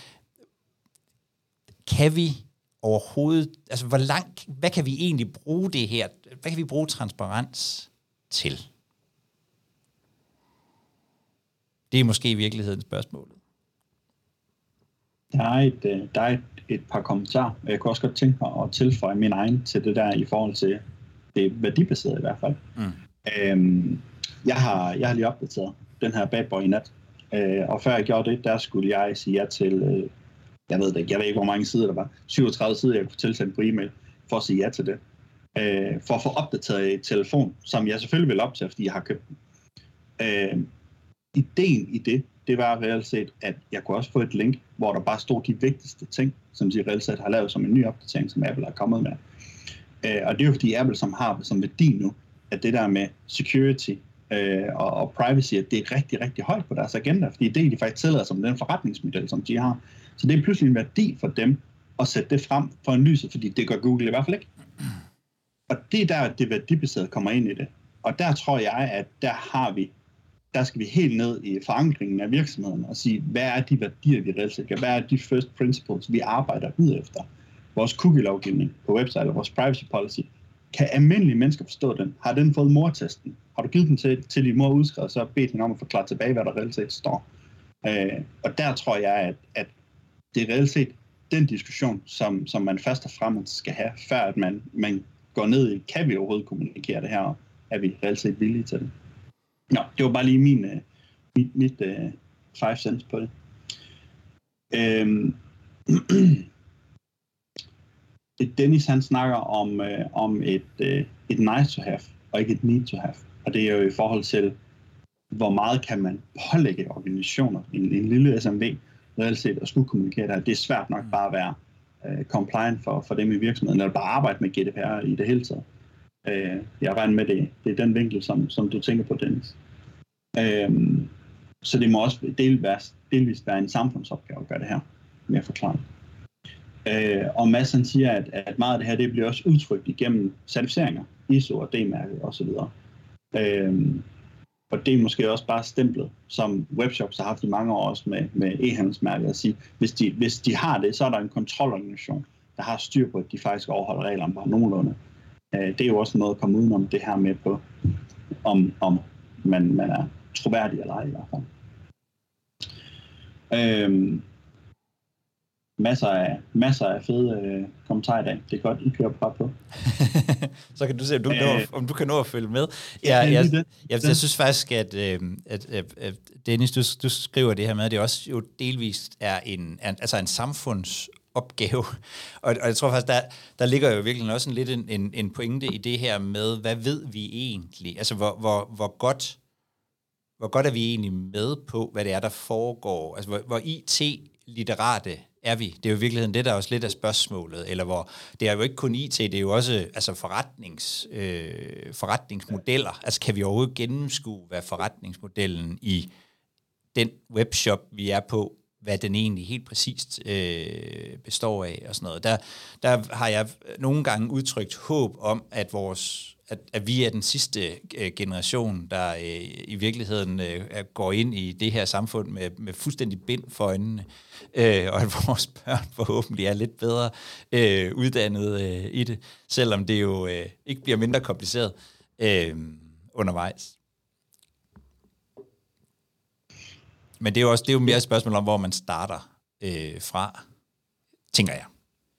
kan vi overhovedet, altså hvad kan vi egentlig bruge det her, hvad kan vi bruge transparens til? Det er måske i virkeligheden spørgsmålet. Der er et par kommentarer. Jeg kunne også godt tænke mig at tilføje min egen til det der i forhold til det værdibaserede i hvert fald. Jeg har lige opdateret den her bad boy i nat. Og før jeg gjorde det, der skulle jeg sige ja til, jeg ved ikke, hvor mange sider der var, 37 sider, jeg kunne tilsende på e-mail, for at sige ja til det. For at få opdateret et telefon, som jeg selvfølgelig vil optage, fordi jeg har købt den. Ideen i det var reelt set, at jeg kunne også få et link, hvor der bare stod de vigtigste ting, som de reelt set har lavet som en ny opdatering, som Apple er kommet med. Og det er jo fordi Apple, som har som værdi nu, at det der med security og privacy, at det er rigtig, rigtig højt på deres agenda, fordi det er de faktisk tillader som den forretningsmodel, som de har. Så det er pludselig en værdi for dem at sætte det frem for en lyset, fordi det gør Google i hvert fald ikke. Og det er der, at det værdibaserede kommer ind i det. Og der tror jeg, at der har vi der skal vi helt ned i forankringen af virksomheden og sige, hvad er de værdier, vi reelt set gør? Hvad er de first principles, vi arbejder ud efter? Vores cookie-lovgivning på website eller vores privacy policy. Kan almindelige mennesker forstå den? Har den fået mortesten? Har du givet den til din mor udskrevet, så bedt hende om at forklare tilbage, hvad der reelt set står? Og der tror jeg, at det er reelt set den diskussion, som man først og fremmest skal have, før at man går ned i, kan vi overhovedet kommunikere det her, og er vi reelt set villige til det? Nå, det var bare lige mit 5 cents på det. Dennis han snakker om et nice to have, og ikke et need to have. Og det er jo i forhold til, hvor meget kan man pålægge organisationer, en lille SMV, reelt set at skulle kommunikere det her. Det er svært nok bare at være compliant for dem i virksomheden, eller bare arbejde med GDPR i det hele taget. Jeg regner med, det er den vinkel, som du tænker på, Dennis. Så det må også delvist være en samfundsopgave at gøre det her mere forklaret. Og Mads han siger, at meget af det her det bliver også udtrykt igennem certificeringer, ISO og D-mærket osv. Og det er måske også bare stemplet, som webshops har haft i mange år også med e-handelsmærket at sige, hvis de har det, så er der en kontrolorganisation, der har styr på, at de faktisk overholder reglerne bare nogenlunde. Det er jo også noget at komme udenom det her med på, om man er troværdig eller ej i hvert fald. Masser af fede kommentarer i dag. Det er godt, I kører bare på. Så kan du se, om du kan nå at følge med. Jeg synes faktisk, at Dennis, du skriver det her med, at det også jo delvist er en samfundsopgave. Og jeg tror faktisk, der ligger jo virkelig også lidt en pointe i det her med, hvad ved vi egentlig? Altså, hvor godt er vi egentlig med på, hvad det er, der foregår? Altså, hvor IT-litterate er vi? Det er jo i virkeligheden det, der er også lidt af spørgsmålet, eller hvor det er jo ikke kun IT, det er jo også altså forretningsmodeller. Altså kan vi overhovedet gennemskue, hvad forretningsmodellen i den webshop, vi er på, hvad den egentlig helt præcist består af og sådan noget. Der har jeg nogle gange udtrykt håb om, at vi er den sidste generation, der i virkeligheden går ind i det her samfund med fuldstændig bind for øjnene, og at vores børn forhåbentlig er lidt bedre uddannet i det, selvom det jo ikke bliver mindre kompliceret undervejs. Men det er jo mere et spørgsmål om, hvor man starter fra, tænker jeg.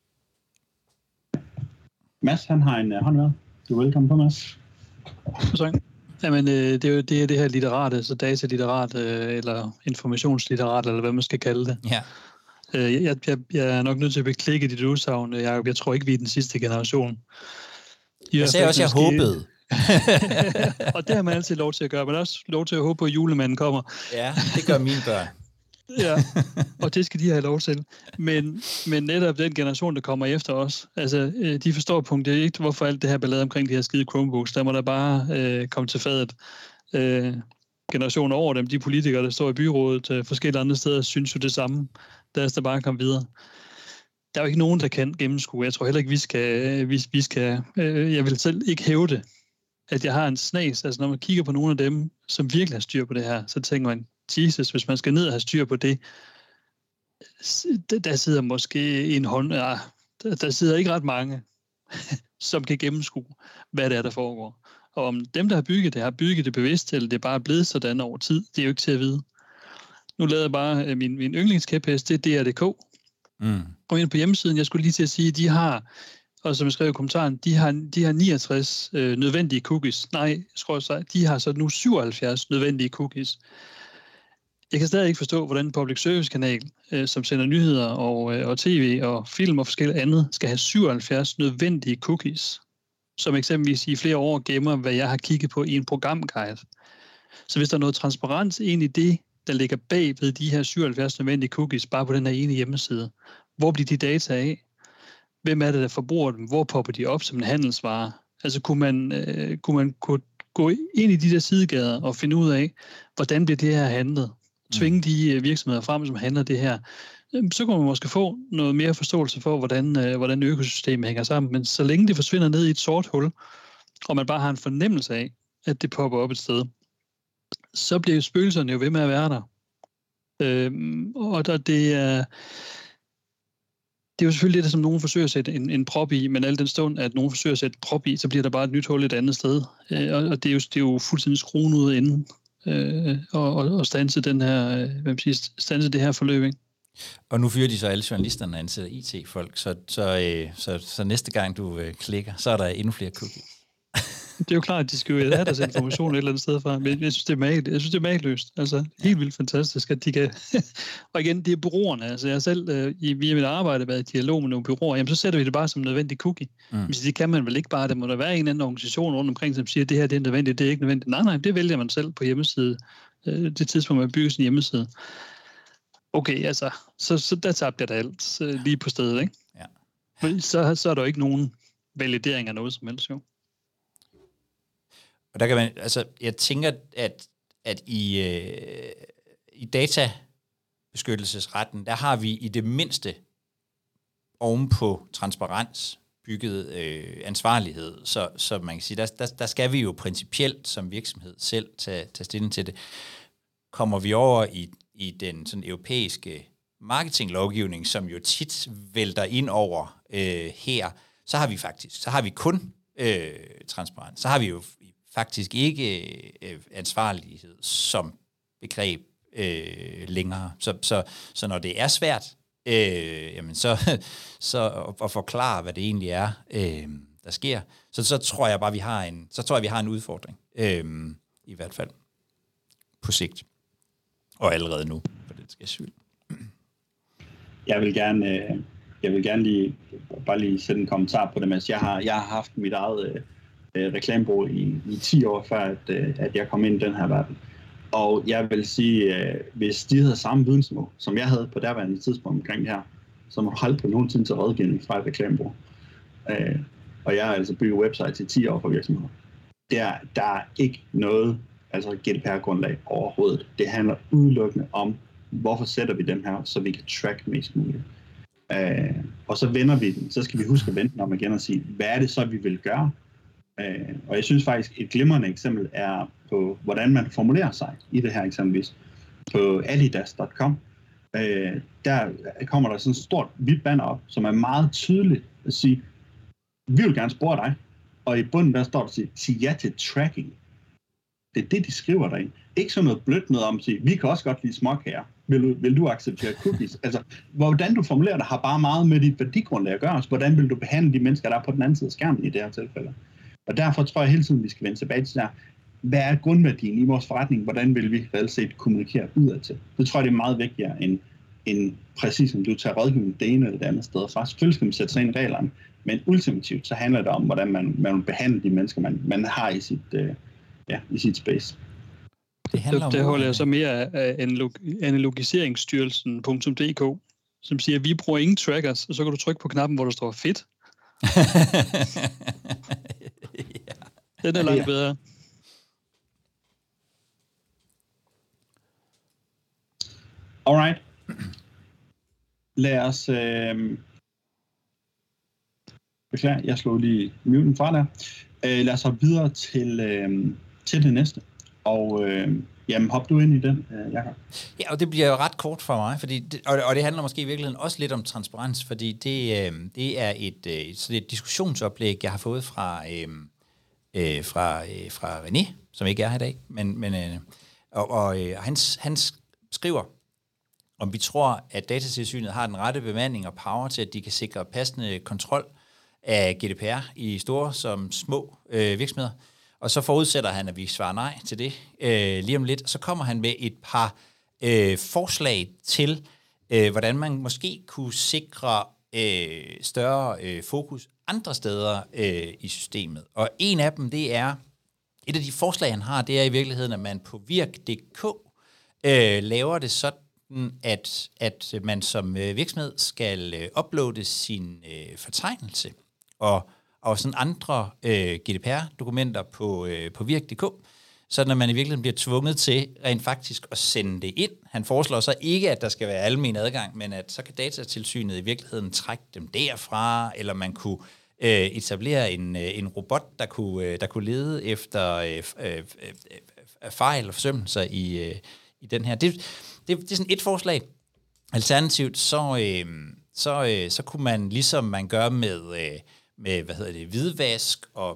Mads, han har en håndværk. Du er velkommen på, Mads. Jamen, det er jo det her litterate, så datalitterat eller informationslitterat, eller hvad man skal kalde det. Ja. Jeg er nok nødt til at beklikke dit udsagn, Jacob. Jeg tror ikke, vi er den sidste generation. Jeg sagde også, jeg håbede. Og det har man altid lov til at gøre. Man har også lov til at håbe på, at julemanden kommer. Ja, det gør mine børn. Ja, og det skal de have lov til. Men netop den generation, der kommer efter os, altså, de forstår punktet ikke, hvorfor alt det her ballade omkring de her skide Chromebooks, der må der bare komme til fadet. Generationer over dem, de politikere, der står i byrådet forskellige andre steder, synes jo det samme. Der er bare komme videre. Der er jo ikke nogen, der kan gennemskue. Jeg tror heller ikke, vi skal jeg vil selv ikke hæve det, at jeg har en snas. Altså, når man kigger på nogle af dem, som virkelig har styr på det her, så tænker man, Jesus, hvis man skal ned og have styr på det, der sidder måske en hånd, der sidder ikke ret mange, som kan gennemskue, hvad det er, der foregår. Og om dem, der har bygget det bevidst, eller det er bare blevet sådan over tid, det er jo ikke til at vide. Nu lavede jeg bare min yndlingskæphest, det er DR.dk. Og ind på hjemmesiden, jeg skulle lige til at sige, de har, og som jeg skrev i kommentaren, de har 69 nødvendige cookies. Nej, de har så nu 77 nødvendige cookies. Jeg kan stadig ikke forstå, hvordan en public service kanal, som sender nyheder og tv og film og forskelligt andet, skal have 77 nødvendige cookies, som eksempelvis i flere år gemmer, hvad jeg har kigget på i en programguide. Så hvis der er noget transparens ind i det, der ligger bag ved de her 77 nødvendige cookies, bare på den her ene hjemmeside, hvor bliver de data af? Hvem er det, der forbruger dem? Hvor popper de op som en handelsvare? Altså kunne man gå ind i de der sidegader og finde ud af, hvordan bliver det her handlet? Tvinge de virksomheder frem, som handler det her. Så kan man måske få noget mere forståelse for, hvordan økosystemet hænger sammen. Men så længe det forsvinder ned i et sort hul, og man bare har en fornemmelse af, at det popper op et sted, så bliver spøgelserne jo ved med at være der. Og det er jo selvfølgelig det, som nogen forsøger at sætte en prop i, men al den stund, at nogen forsøger at sætte prop i, så bliver der bare et nyt hul et andet sted. Og det er jo fuldstændig skruen ud inden og standse den her, standse det her forløb, ikke? Og nu fyrer de så alle journalisterne og ansætter IT-folk, så næste gang du klikker, så er der endnu flere cookies. Det er jo klart, at de skal jo have deres information et eller andet sted fra, men jeg synes, det er mageløst. Jeg synes, det er mageløst. Altså, helt vildt fantastisk, at de kan... Og igen, de er bureauerne. Altså, jeg selv via mit arbejde været i dialog med nogle bureauer. Jamen, så sætter vi det bare som nødvendig cookie. Hvis det kan man vel ikke bare. Der må der være en anden organisation rundt omkring, som siger, at det her det er nødvendigt, det er ikke nødvendigt. Nej, det vælger man selv på hjemmeside. Det tidspunkt, man bygger sin hjemmeside. Okay, altså, så der tabte jeg da alt lige på stedet, ikke? Ja. Men så er der jo ikke nogen validering af noget som helst, jo. Og der kan man, altså, jeg tænker, at i databeskyttelsesretten, der har vi i det mindste ovenpå transparens bygget ansvarlighed, så man kan sige, der skal vi jo principielt som virksomhed selv tage stilling til det. Kommer vi over i den sådan europæiske marketinglovgivning, som jo tit vælter ind over her, så har vi kun transparens. Så har vi jo faktisk ikke ansvarlighed som begreb længere. Så når det er svært, jamen så at forklare, hvad det egentlig er, der sker, så tror jeg bare, vi har en udfordring, i hvert fald på sigt, og allerede nu, for det skal skyld. Jeg vil gerne lige sætte en kommentar på det, mens jeg har haft mit eget reklamebureau i 10 år, før at jeg kom ind i den her verden. Og jeg vil sige, hvis de havde samme vidensmål, som jeg havde på derværende tidspunkt omkring det her, så må du aldrig nogensinde til rådgivning fra et reklamebureau. Og jeg har altså bygget websites i 10 år for virksomheder. Der er ikke noget altså GDPR-grundlag overhovedet. Det handler udelukkende om, hvorfor sætter vi den her, så vi kan track mest muligt. Og så vender vi den. Så skal vi huske at vende den om igen og sige, hvad er det så, vi vil gøre? Og jeg synes faktisk, et glimrende eksempel er på, hvordan man formulerer sig i det her eksempelvis. På adidas.com, der kommer der sådan et stort hvidt banner op, som er meget tydeligt at sige, vi vil gerne spore dig. Og i bunden der står der, sig ja til tracking. Det er det, de skriver derinde. Ikke sådan noget blødt noget om at sige, vi kan også godt lide småkager. Vil du acceptere cookies? Altså, hvordan du formulerer det, har bare meget med dit værdigrundlag at gøre. Hvordan vil du behandle de mennesker, der er på den anden side af skærmen i det her tilfælde? Og derfor tror jeg hele tiden, vi skal vende tilbage til der. Hvad er grundværdien i vores forretning? Hvordan vil vi reelt set kommunikere udadtil? Det tror jeg, det er meget vigtigere end præcis som du tager rådgivning det ene eller det andet sted fra. Selvfølgelig skal man sætte sig ind i reglerne, men ultimativt så handler det om, hvordan man behandler de mennesker, man har i sit space. Det holder jeg så mere af analogiseringsstyrelsen.dk, som siger, at vi bruger ingen trackers, og så kan du trykke på knappen, hvor der står fedt. Ja. Den er langt bedre. Alright. Lad os... Beklager, jeg slog lige muten fra der. Lad os hoppe videre til det næste. Og jamen, hop du ind i den, Jakob. Ja, og det bliver jo ret kort for mig, fordi og det handler måske i virkeligheden også lidt om transparens, fordi det er et diskussionsoplæg, jeg har fået fra René, som ikke er her i dag, men han skriver, om vi tror, at Datatilsynet har den rette bemanding og power til, at de kan sikre passende kontrol af GDPR i store som små virksomheder. Og så forudsætter han, at vi svarer nej til det lige om lidt. Så kommer han med et par forslag til, hvordan man måske kunne sikre større fokus andre steder i systemet. Og en af dem, et af de forslag, han har, det er i virkeligheden, at man på virk.dk laver det sådan, at man som virksomhed skal uploade sin fortegnelse og sådan andre GDPR-dokumenter på virk.dk, sådan at man i virkeligheden bliver tvunget til rent faktisk at sende det ind. Han foreslår så ikke, at der skal være almen adgang, men at så kan Datatilsynet i virkeligheden trække dem derfra, eller man kunne etablere en robot, der kunne lede efter fejl og forsømmelser i den her. Det er sådan et forslag. Alternativt, så kunne man, ligesom man gør med hvidvask og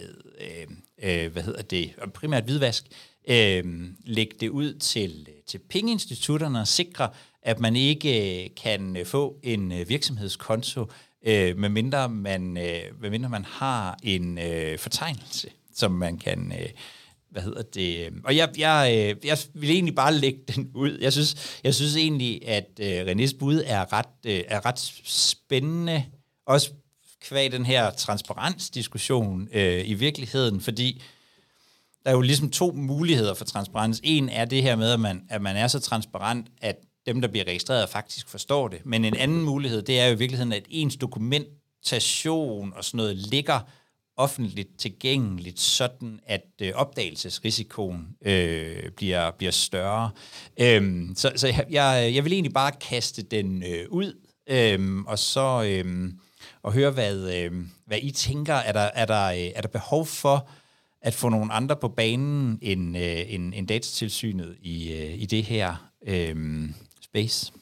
med, primært hvidvask, lægge det ud til pengeinstitutterne og sikre, at man ikke kan få en virksomhedskonto, medmindre man har en fortegnelse, som man kan... Og jeg vil egentlig bare lægge den ud. Jeg synes egentlig, at Renés bud er ret spændende, også kvad den her transparensdiskussion i virkeligheden, fordi der er jo ligesom 2 muligheder for transparens. En er det her med, at man er så transparent, at dem, der bliver registreret, faktisk forstår det. Men en anden mulighed, det er jo i virkeligheden, at ens dokumentation og sådan noget ligger offentligt tilgængeligt, sådan at opdagelsesrisikoen bliver større. Så jeg vil egentlig bare kaste den ud, og så og høre, hvad I tænker. Er der behov for at få nogle andre på banen end Datatilsynet i det her space?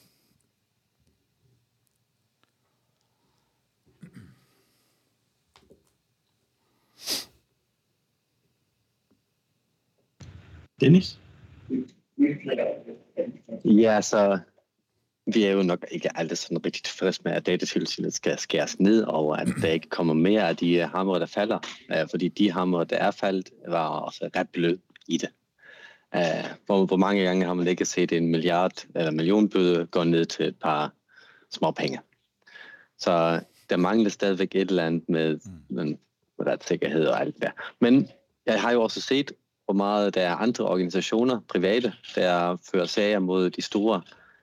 Dennis? Ja, så vi er jo nok ikke altid sådan rigtig tilfreds med, at Datatilsynet skal skæres ned, og at der ikke kommer mere af de hamre, der falder. Fordi de hamre, der er faldet, var også ret blød i det. Hvor mange gange har man ikke set en milliard eller millionbøde gå ned til et par små penge. Så der mangler stadigvæk et eller andet med retssikkerhed og alt det der. Men jeg har jo også set, hvor meget der er andre organisationer, private, der fører sager mod de store,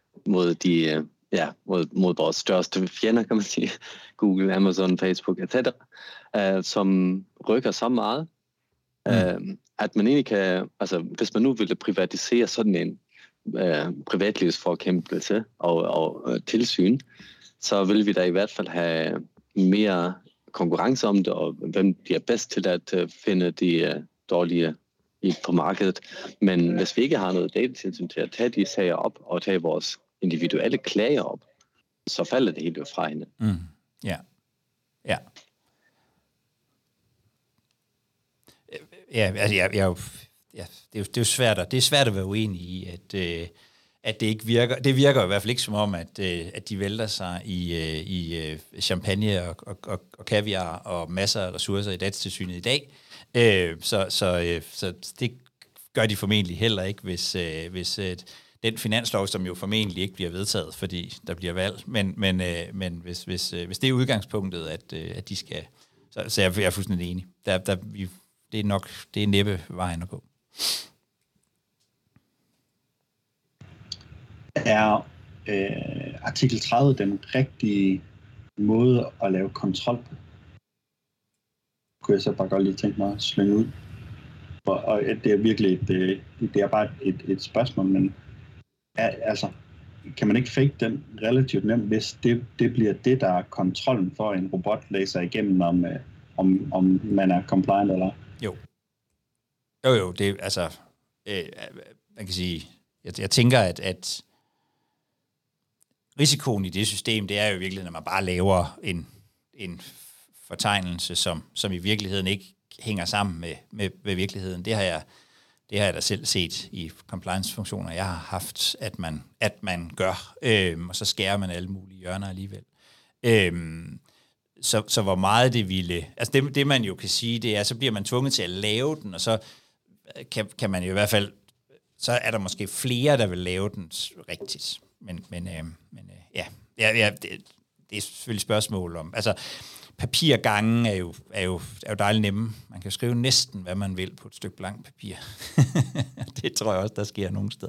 mod vores største fjender, kan man sige, Google, Amazon, Facebook, etc., som rykker så meget, at man egentlig kan, altså hvis man nu ville privatisere sådan en privatlivsforkæmpelse og tilsyn, så vil vi da i hvert fald have mere konkurrence om det, og hvem bliver bedst til at finde de dårlige på markedet. Men hvis vi ikke har noget datatilsyn til at tage de sager op og tage vores individuelle klager op, så falder det helt fra hende. Ja. Det er jo svært. Det er svært at være uenig i, at det ikke virker. Det virker i hvert fald ikke som om, at de vælter sig i champagne og kaviar og masser af ressourcer i Datatilsynet i dag. Så det gør de formentlig heller ikke, hvis den finanslov, som jo formentlig ikke bliver vedtaget, fordi der bliver valg. Men hvis det er udgangspunktet, at de skal, så jeg er fuldstændig enig. Det er næppe vejen at gå. Er artikel 30 den rigtige måde at lave kontrol på? Kunne jeg så bare godt lige tænke mig at slynge ud. Og det er virkelig det er bare et spørgsmål, men kan man ikke fake den relativt nemt, hvis det bliver det, der er kontrollen for en robot læser igennem, om man er compliant eller? Jo, det man kan sige, jeg tænker, at risikoen i det system, det er jo i virkeligheden, at man bare laver en fortegnelse, som i virkeligheden ikke hænger sammen med virkeligheden. Det har jeg da selv set i compliance-funktioner, jeg har haft, at man gør, og så skærer man alle mulige hjørner alligevel. Så hvor meget det ville... Altså det man jo kan sige, det er, så bliver man tvunget til at lave den, og så kan man jo i hvert fald... Så er der måske flere, der vil lave den rigtigt. Men det er selvfølgelig spørgsmål om... Altså, papirgangen er jo dejligt nemme. Man kan skrive næsten, hvad man vil på et stykke blankt papir. Det tror jeg også, der sker nogle steder.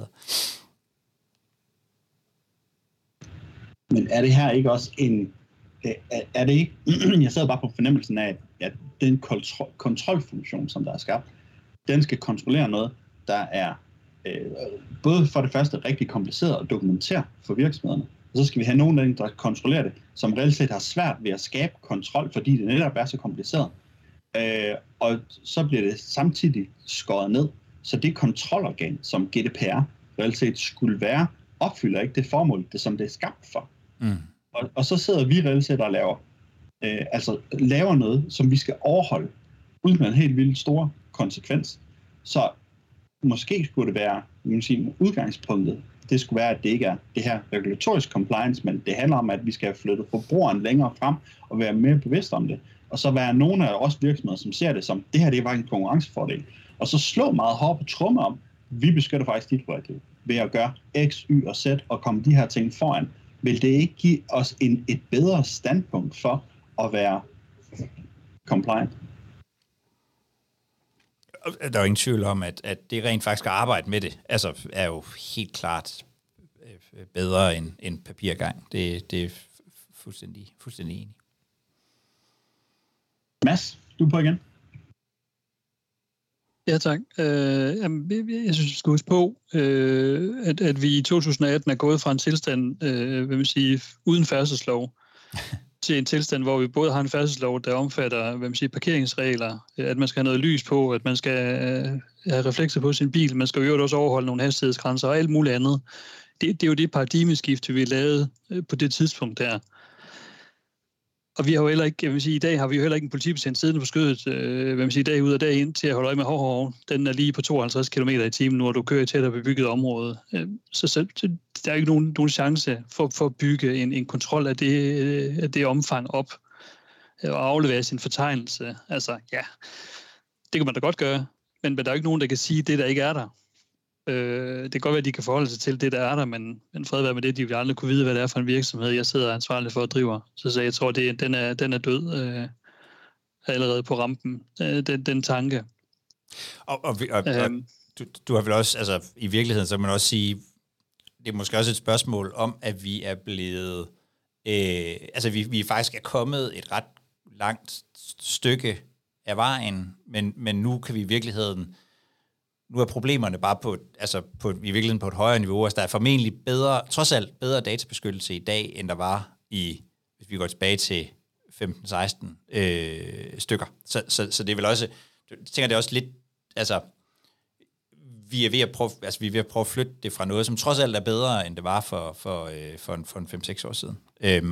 Men er det her ikke også en... Er det ikke... Jeg sad bare på fornemmelsen af, at den kontrolfunktion, som der er skabt, den skal kontrollere noget, der er både for det første rigtig kompliceret at dokumentere for virksomhederne, og så skal vi have nogen af dem, der kontrollerer det, som reelt set har svært ved at skabe kontrol, fordi det netop er så kompliceret. Og så bliver det samtidig skåret ned, Så det kontrolorgan, som GDPR reelt set skulle være, opfylder ikke det formål, som det er skabt for. Og så sidder vi reelt set og laver noget, som vi skal overholde, uden med en helt vildt stor konsekvens. Så måske skulle det være, udgangspunktet, det skulle være, at det ikke er det her regulatorisk compliance, men det handler om, at vi skal have flyttet forbrugeren længere frem og være mere bevidst om det. Og så være nogle af os virksomheder, som ser det som, det her det er bare en konkurrencefordel. Og så slå meget hårdt på tromme om, vi beskytter faktisk dit privatliv ved at gøre X, Y og Z og komme de her ting foran. Vil det ikke give os et bedre standpunkt for at være compliant? Der er jo ingen tvivl om, at det rent faktisk at arbejde med det, altså er jo helt klart bedre end papirgang. Det er fuldstændig enig. Mads, du er på igen. Ja, tak. Jeg synes, vi skal huske på, at vi i 2018 er gået fra en tilstand, uden færdselslov, til en tilstand, hvor vi både har en færdselslov, der omfatter, parkeringsregler, at man skal have noget lys på, at man skal have reflekser på sin bil, man skal jo også overholde nogle hastighedsgrænser og alt muligt andet. Det er jo det paradigmeskifte, vi lavede på det tidspunkt der. Og vi har jo heller ikke, i dag har vi jo heller ikke en politibetjent siddende på skødet, dag ud og dag ind til at holde øje med den er lige på 52 km i timen, når du kører i tættere bebygget område. Så der er ikke nogen chance for at bygge en kontrol af det omfang op og aflevere sin fortegnelse. Altså, ja, det kan man da godt gøre, men der er jo ikke nogen, der kan sige det, der ikke er der. Det kan godt være, at de kan forholde sig til det, der er der, men fred være med det, de vil aldrig kunne vide, hvad det er for en virksomhed, jeg sidder ansvarlig for at drive. Så jeg tror, den er død allerede på rampen, den tanke. Og du har vel også, altså i virkeligheden, så kan man også sige, det er måske også et spørgsmål om, at vi er blevet, vi faktisk er kommet et ret langt stykke af vejen, men nu kan vi i virkeligheden, nu er problemerne bare i virkeligheden på et højere niveau. Altså, der er formentlig trods alt bedre databeskyttelse i dag, end der var hvis vi går tilbage til 15-16 stykker. Så det er vel også, jeg tænker det er også lidt, altså, vi er ved at prøve at flytte det fra noget, som trods alt er bedre, end det var for en 5-6 år siden.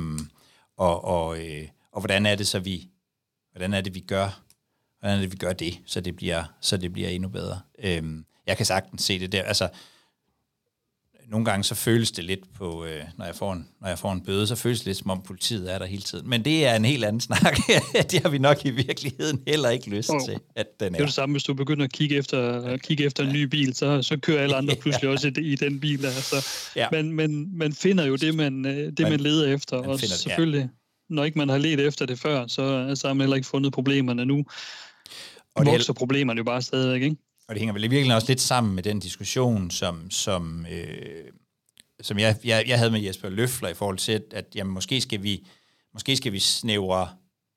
Og hvordan er det så vi gør? Hvordan er det, vi gør det, så det bliver endnu bedre. Jeg kan sagtens se det der. Altså, nogle gange så føles det lidt på, når jeg får en bøde, så føles det lidt, som om politiet er der hele tiden. Men det er en helt anden snak. Det har vi nok i virkeligheden heller ikke lyst til, at den er. Det er det samme, hvis du begynder at kigge efter en ny bil, så kører alle andre pludselig også i den bil. Altså. Ja. Man finder jo det, man leder efter. Og selvfølgelig, når ikke man har ledt efter det før, så har man heller ikke fundet problemerne nu. Og vokser problemerne jo bare stadigvæk, ikke? Og det hænger vel virkelig også lidt sammen med den diskussion, som jeg havde med Jesper Løffler i forhold til, at jamen, måske skal vi snævre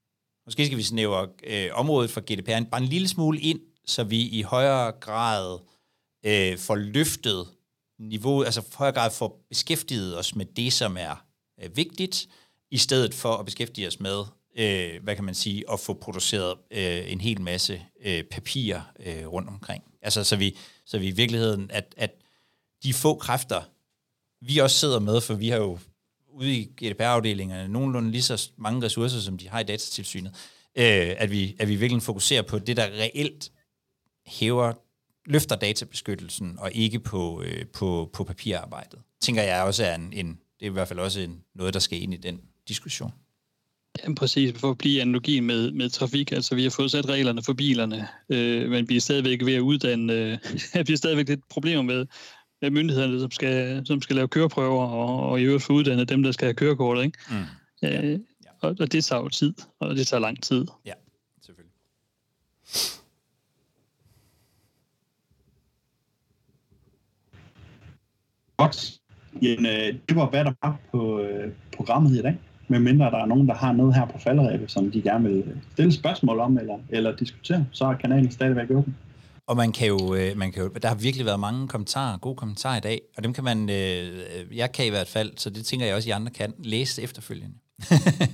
området for GDPR bare en lille smule ind, så vi i højere grad får løftet niveauet, altså i højere grad får beskæftiget os med det, som er vigtigt, i stedet for at beskæftige os med hvad kan man sige, at få produceret en hel masse papir rundt omkring. Altså, så vi i virkeligheden, at de få kræfter, vi også sidder med, for vi har jo ude i GDPR-afdelingerne nogenlunde lige så mange ressourcer, som de har i Datatilsynet, at vi virkelig fokuserer på det, der reelt løfter databeskyttelsen, og ikke på papirarbejdet. Tænker jeg også er det er i hvert fald også noget, der skal ind i den diskussion. Ja, præcis. For at blive analogien med trafik, altså vi har fået sat reglerne for bilerne, men vi er stadigvæk ved at uddanne, vi har stadigvæk lidt problemer med myndighederne, som skal lave køreprøver, og i øvrigt få uddannet dem, der skal have kørekort, ikke? Ja. Og det tager jo tid, og det tager lang tid. Ja, selvfølgelig. Godt. Jamen, det var, hvad der var på programmet i dag. Medmindre der er nogen, der har noget her på falderebet, som de gerne vil stille spørgsmål om eller diskutere, så er kanalen stadigvæk åben. Og man kan jo, der har virkelig været mange gode kommentarer i dag, og dem kan man, jeg kan i hvert fald, så det tænker jeg også, I andre kan, læse efterfølgende.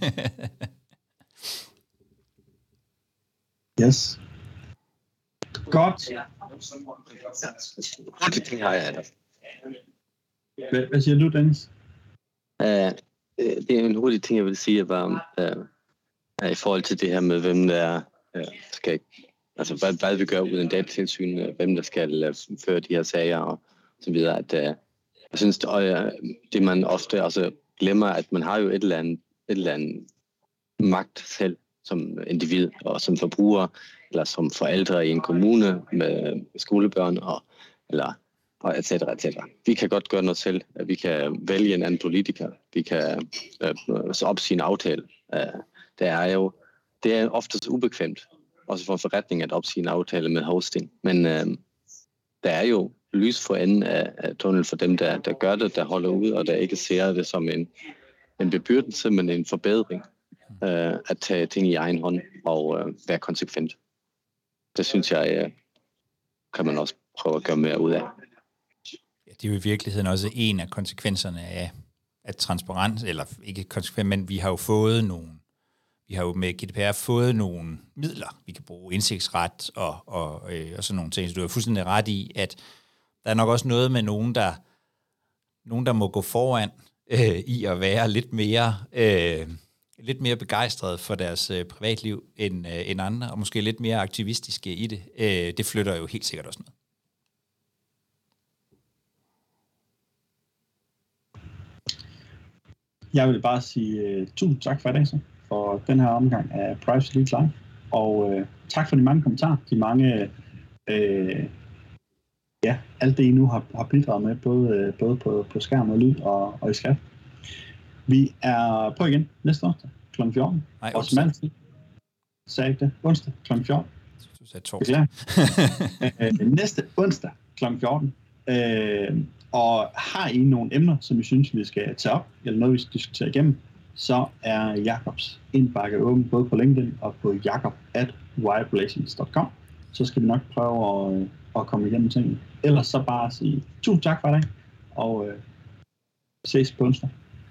Yes. Godt. Det ting har jeg. Hvad siger du, Dennis? Det er en hurtig ting, jeg vil sige, var i forhold til det her med, hvem der skal, altså hvad vi gør uden datatilsyn, hvem der skal føre de her sager og så videre. At, jeg synes, det man ofte også glemmer, at man har jo et eller andet magt selv som individ og som forbruger, eller som forældre i en kommune med skolebørn og et cetera. Vi kan godt gøre noget selv. Vi kan vælge en anden politiker. Vi kan opsige en aftale. Det er oftest ubekvemt, også for en forretning at opsige en aftale med hosting. Men der er jo lys for enden af tunnel for dem, der gør det, der holder ud, og der ikke ser det som en bebyrdelse, men en forbedring at tage ting i egen hånd og være konsekvent. Det synes jeg, kan man også prøve at gøre mere ud af. Ja, det er jo i virkeligheden også en af konsekvenserne af transparens, eller ikke konsekvent, men vi har jo med GDPR fået nogle midler, vi kan bruge, indsigtsret og sådan nogle ting. Så du har fuldstændig ret i, at der er nok også noget med nogen, der må gå foran i at være lidt mere begejstrede for deres privatliv end andre, og måske lidt mere aktivistiske i det. Det flytter jo helt sikkert også noget. Jeg vil bare sige tusind tak for i dag, så, for den her omgang af Privacy League Live. Og tak for de mange kommentarer, de mange, alt det I nu har bidraget med, både på skærm og lyd og i skrift. Vi er på igen næste onsdag kl. 14. Nej, og som altid sagde jeg det, onsdag kl. 14. Du sagde torsdag. Næste onsdag kl. 14. Og har I nogle emner, som I synes, vi skal tage op, eller noget, vi skal diskutere igennem, så er Jakobs indbakke åben både på LinkedIn og på jakob@wiredrelations.com. Så skal vi nok prøve at komme igennem tingene. Ellers så bare sige tusind tak for i dag, og ses på onsdag.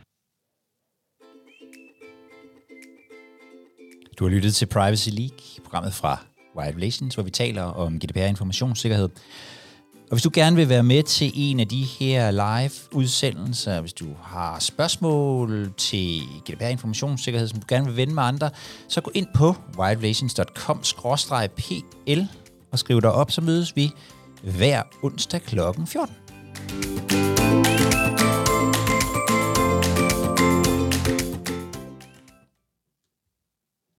Du har lyttet til Privacy League, programmet fra Wired Relations, hvor vi taler om GDPR-informationssikkerhed. Og hvis du gerne vil være med til en af de her live-udsendelser, hvis du har spørgsmål til GDPR-informationssikkerhed, som du gerne vil vende med andre, så gå ind på wiredrelations.com/pl og skriv dig op, så mødes vi hver onsdag kl. 14.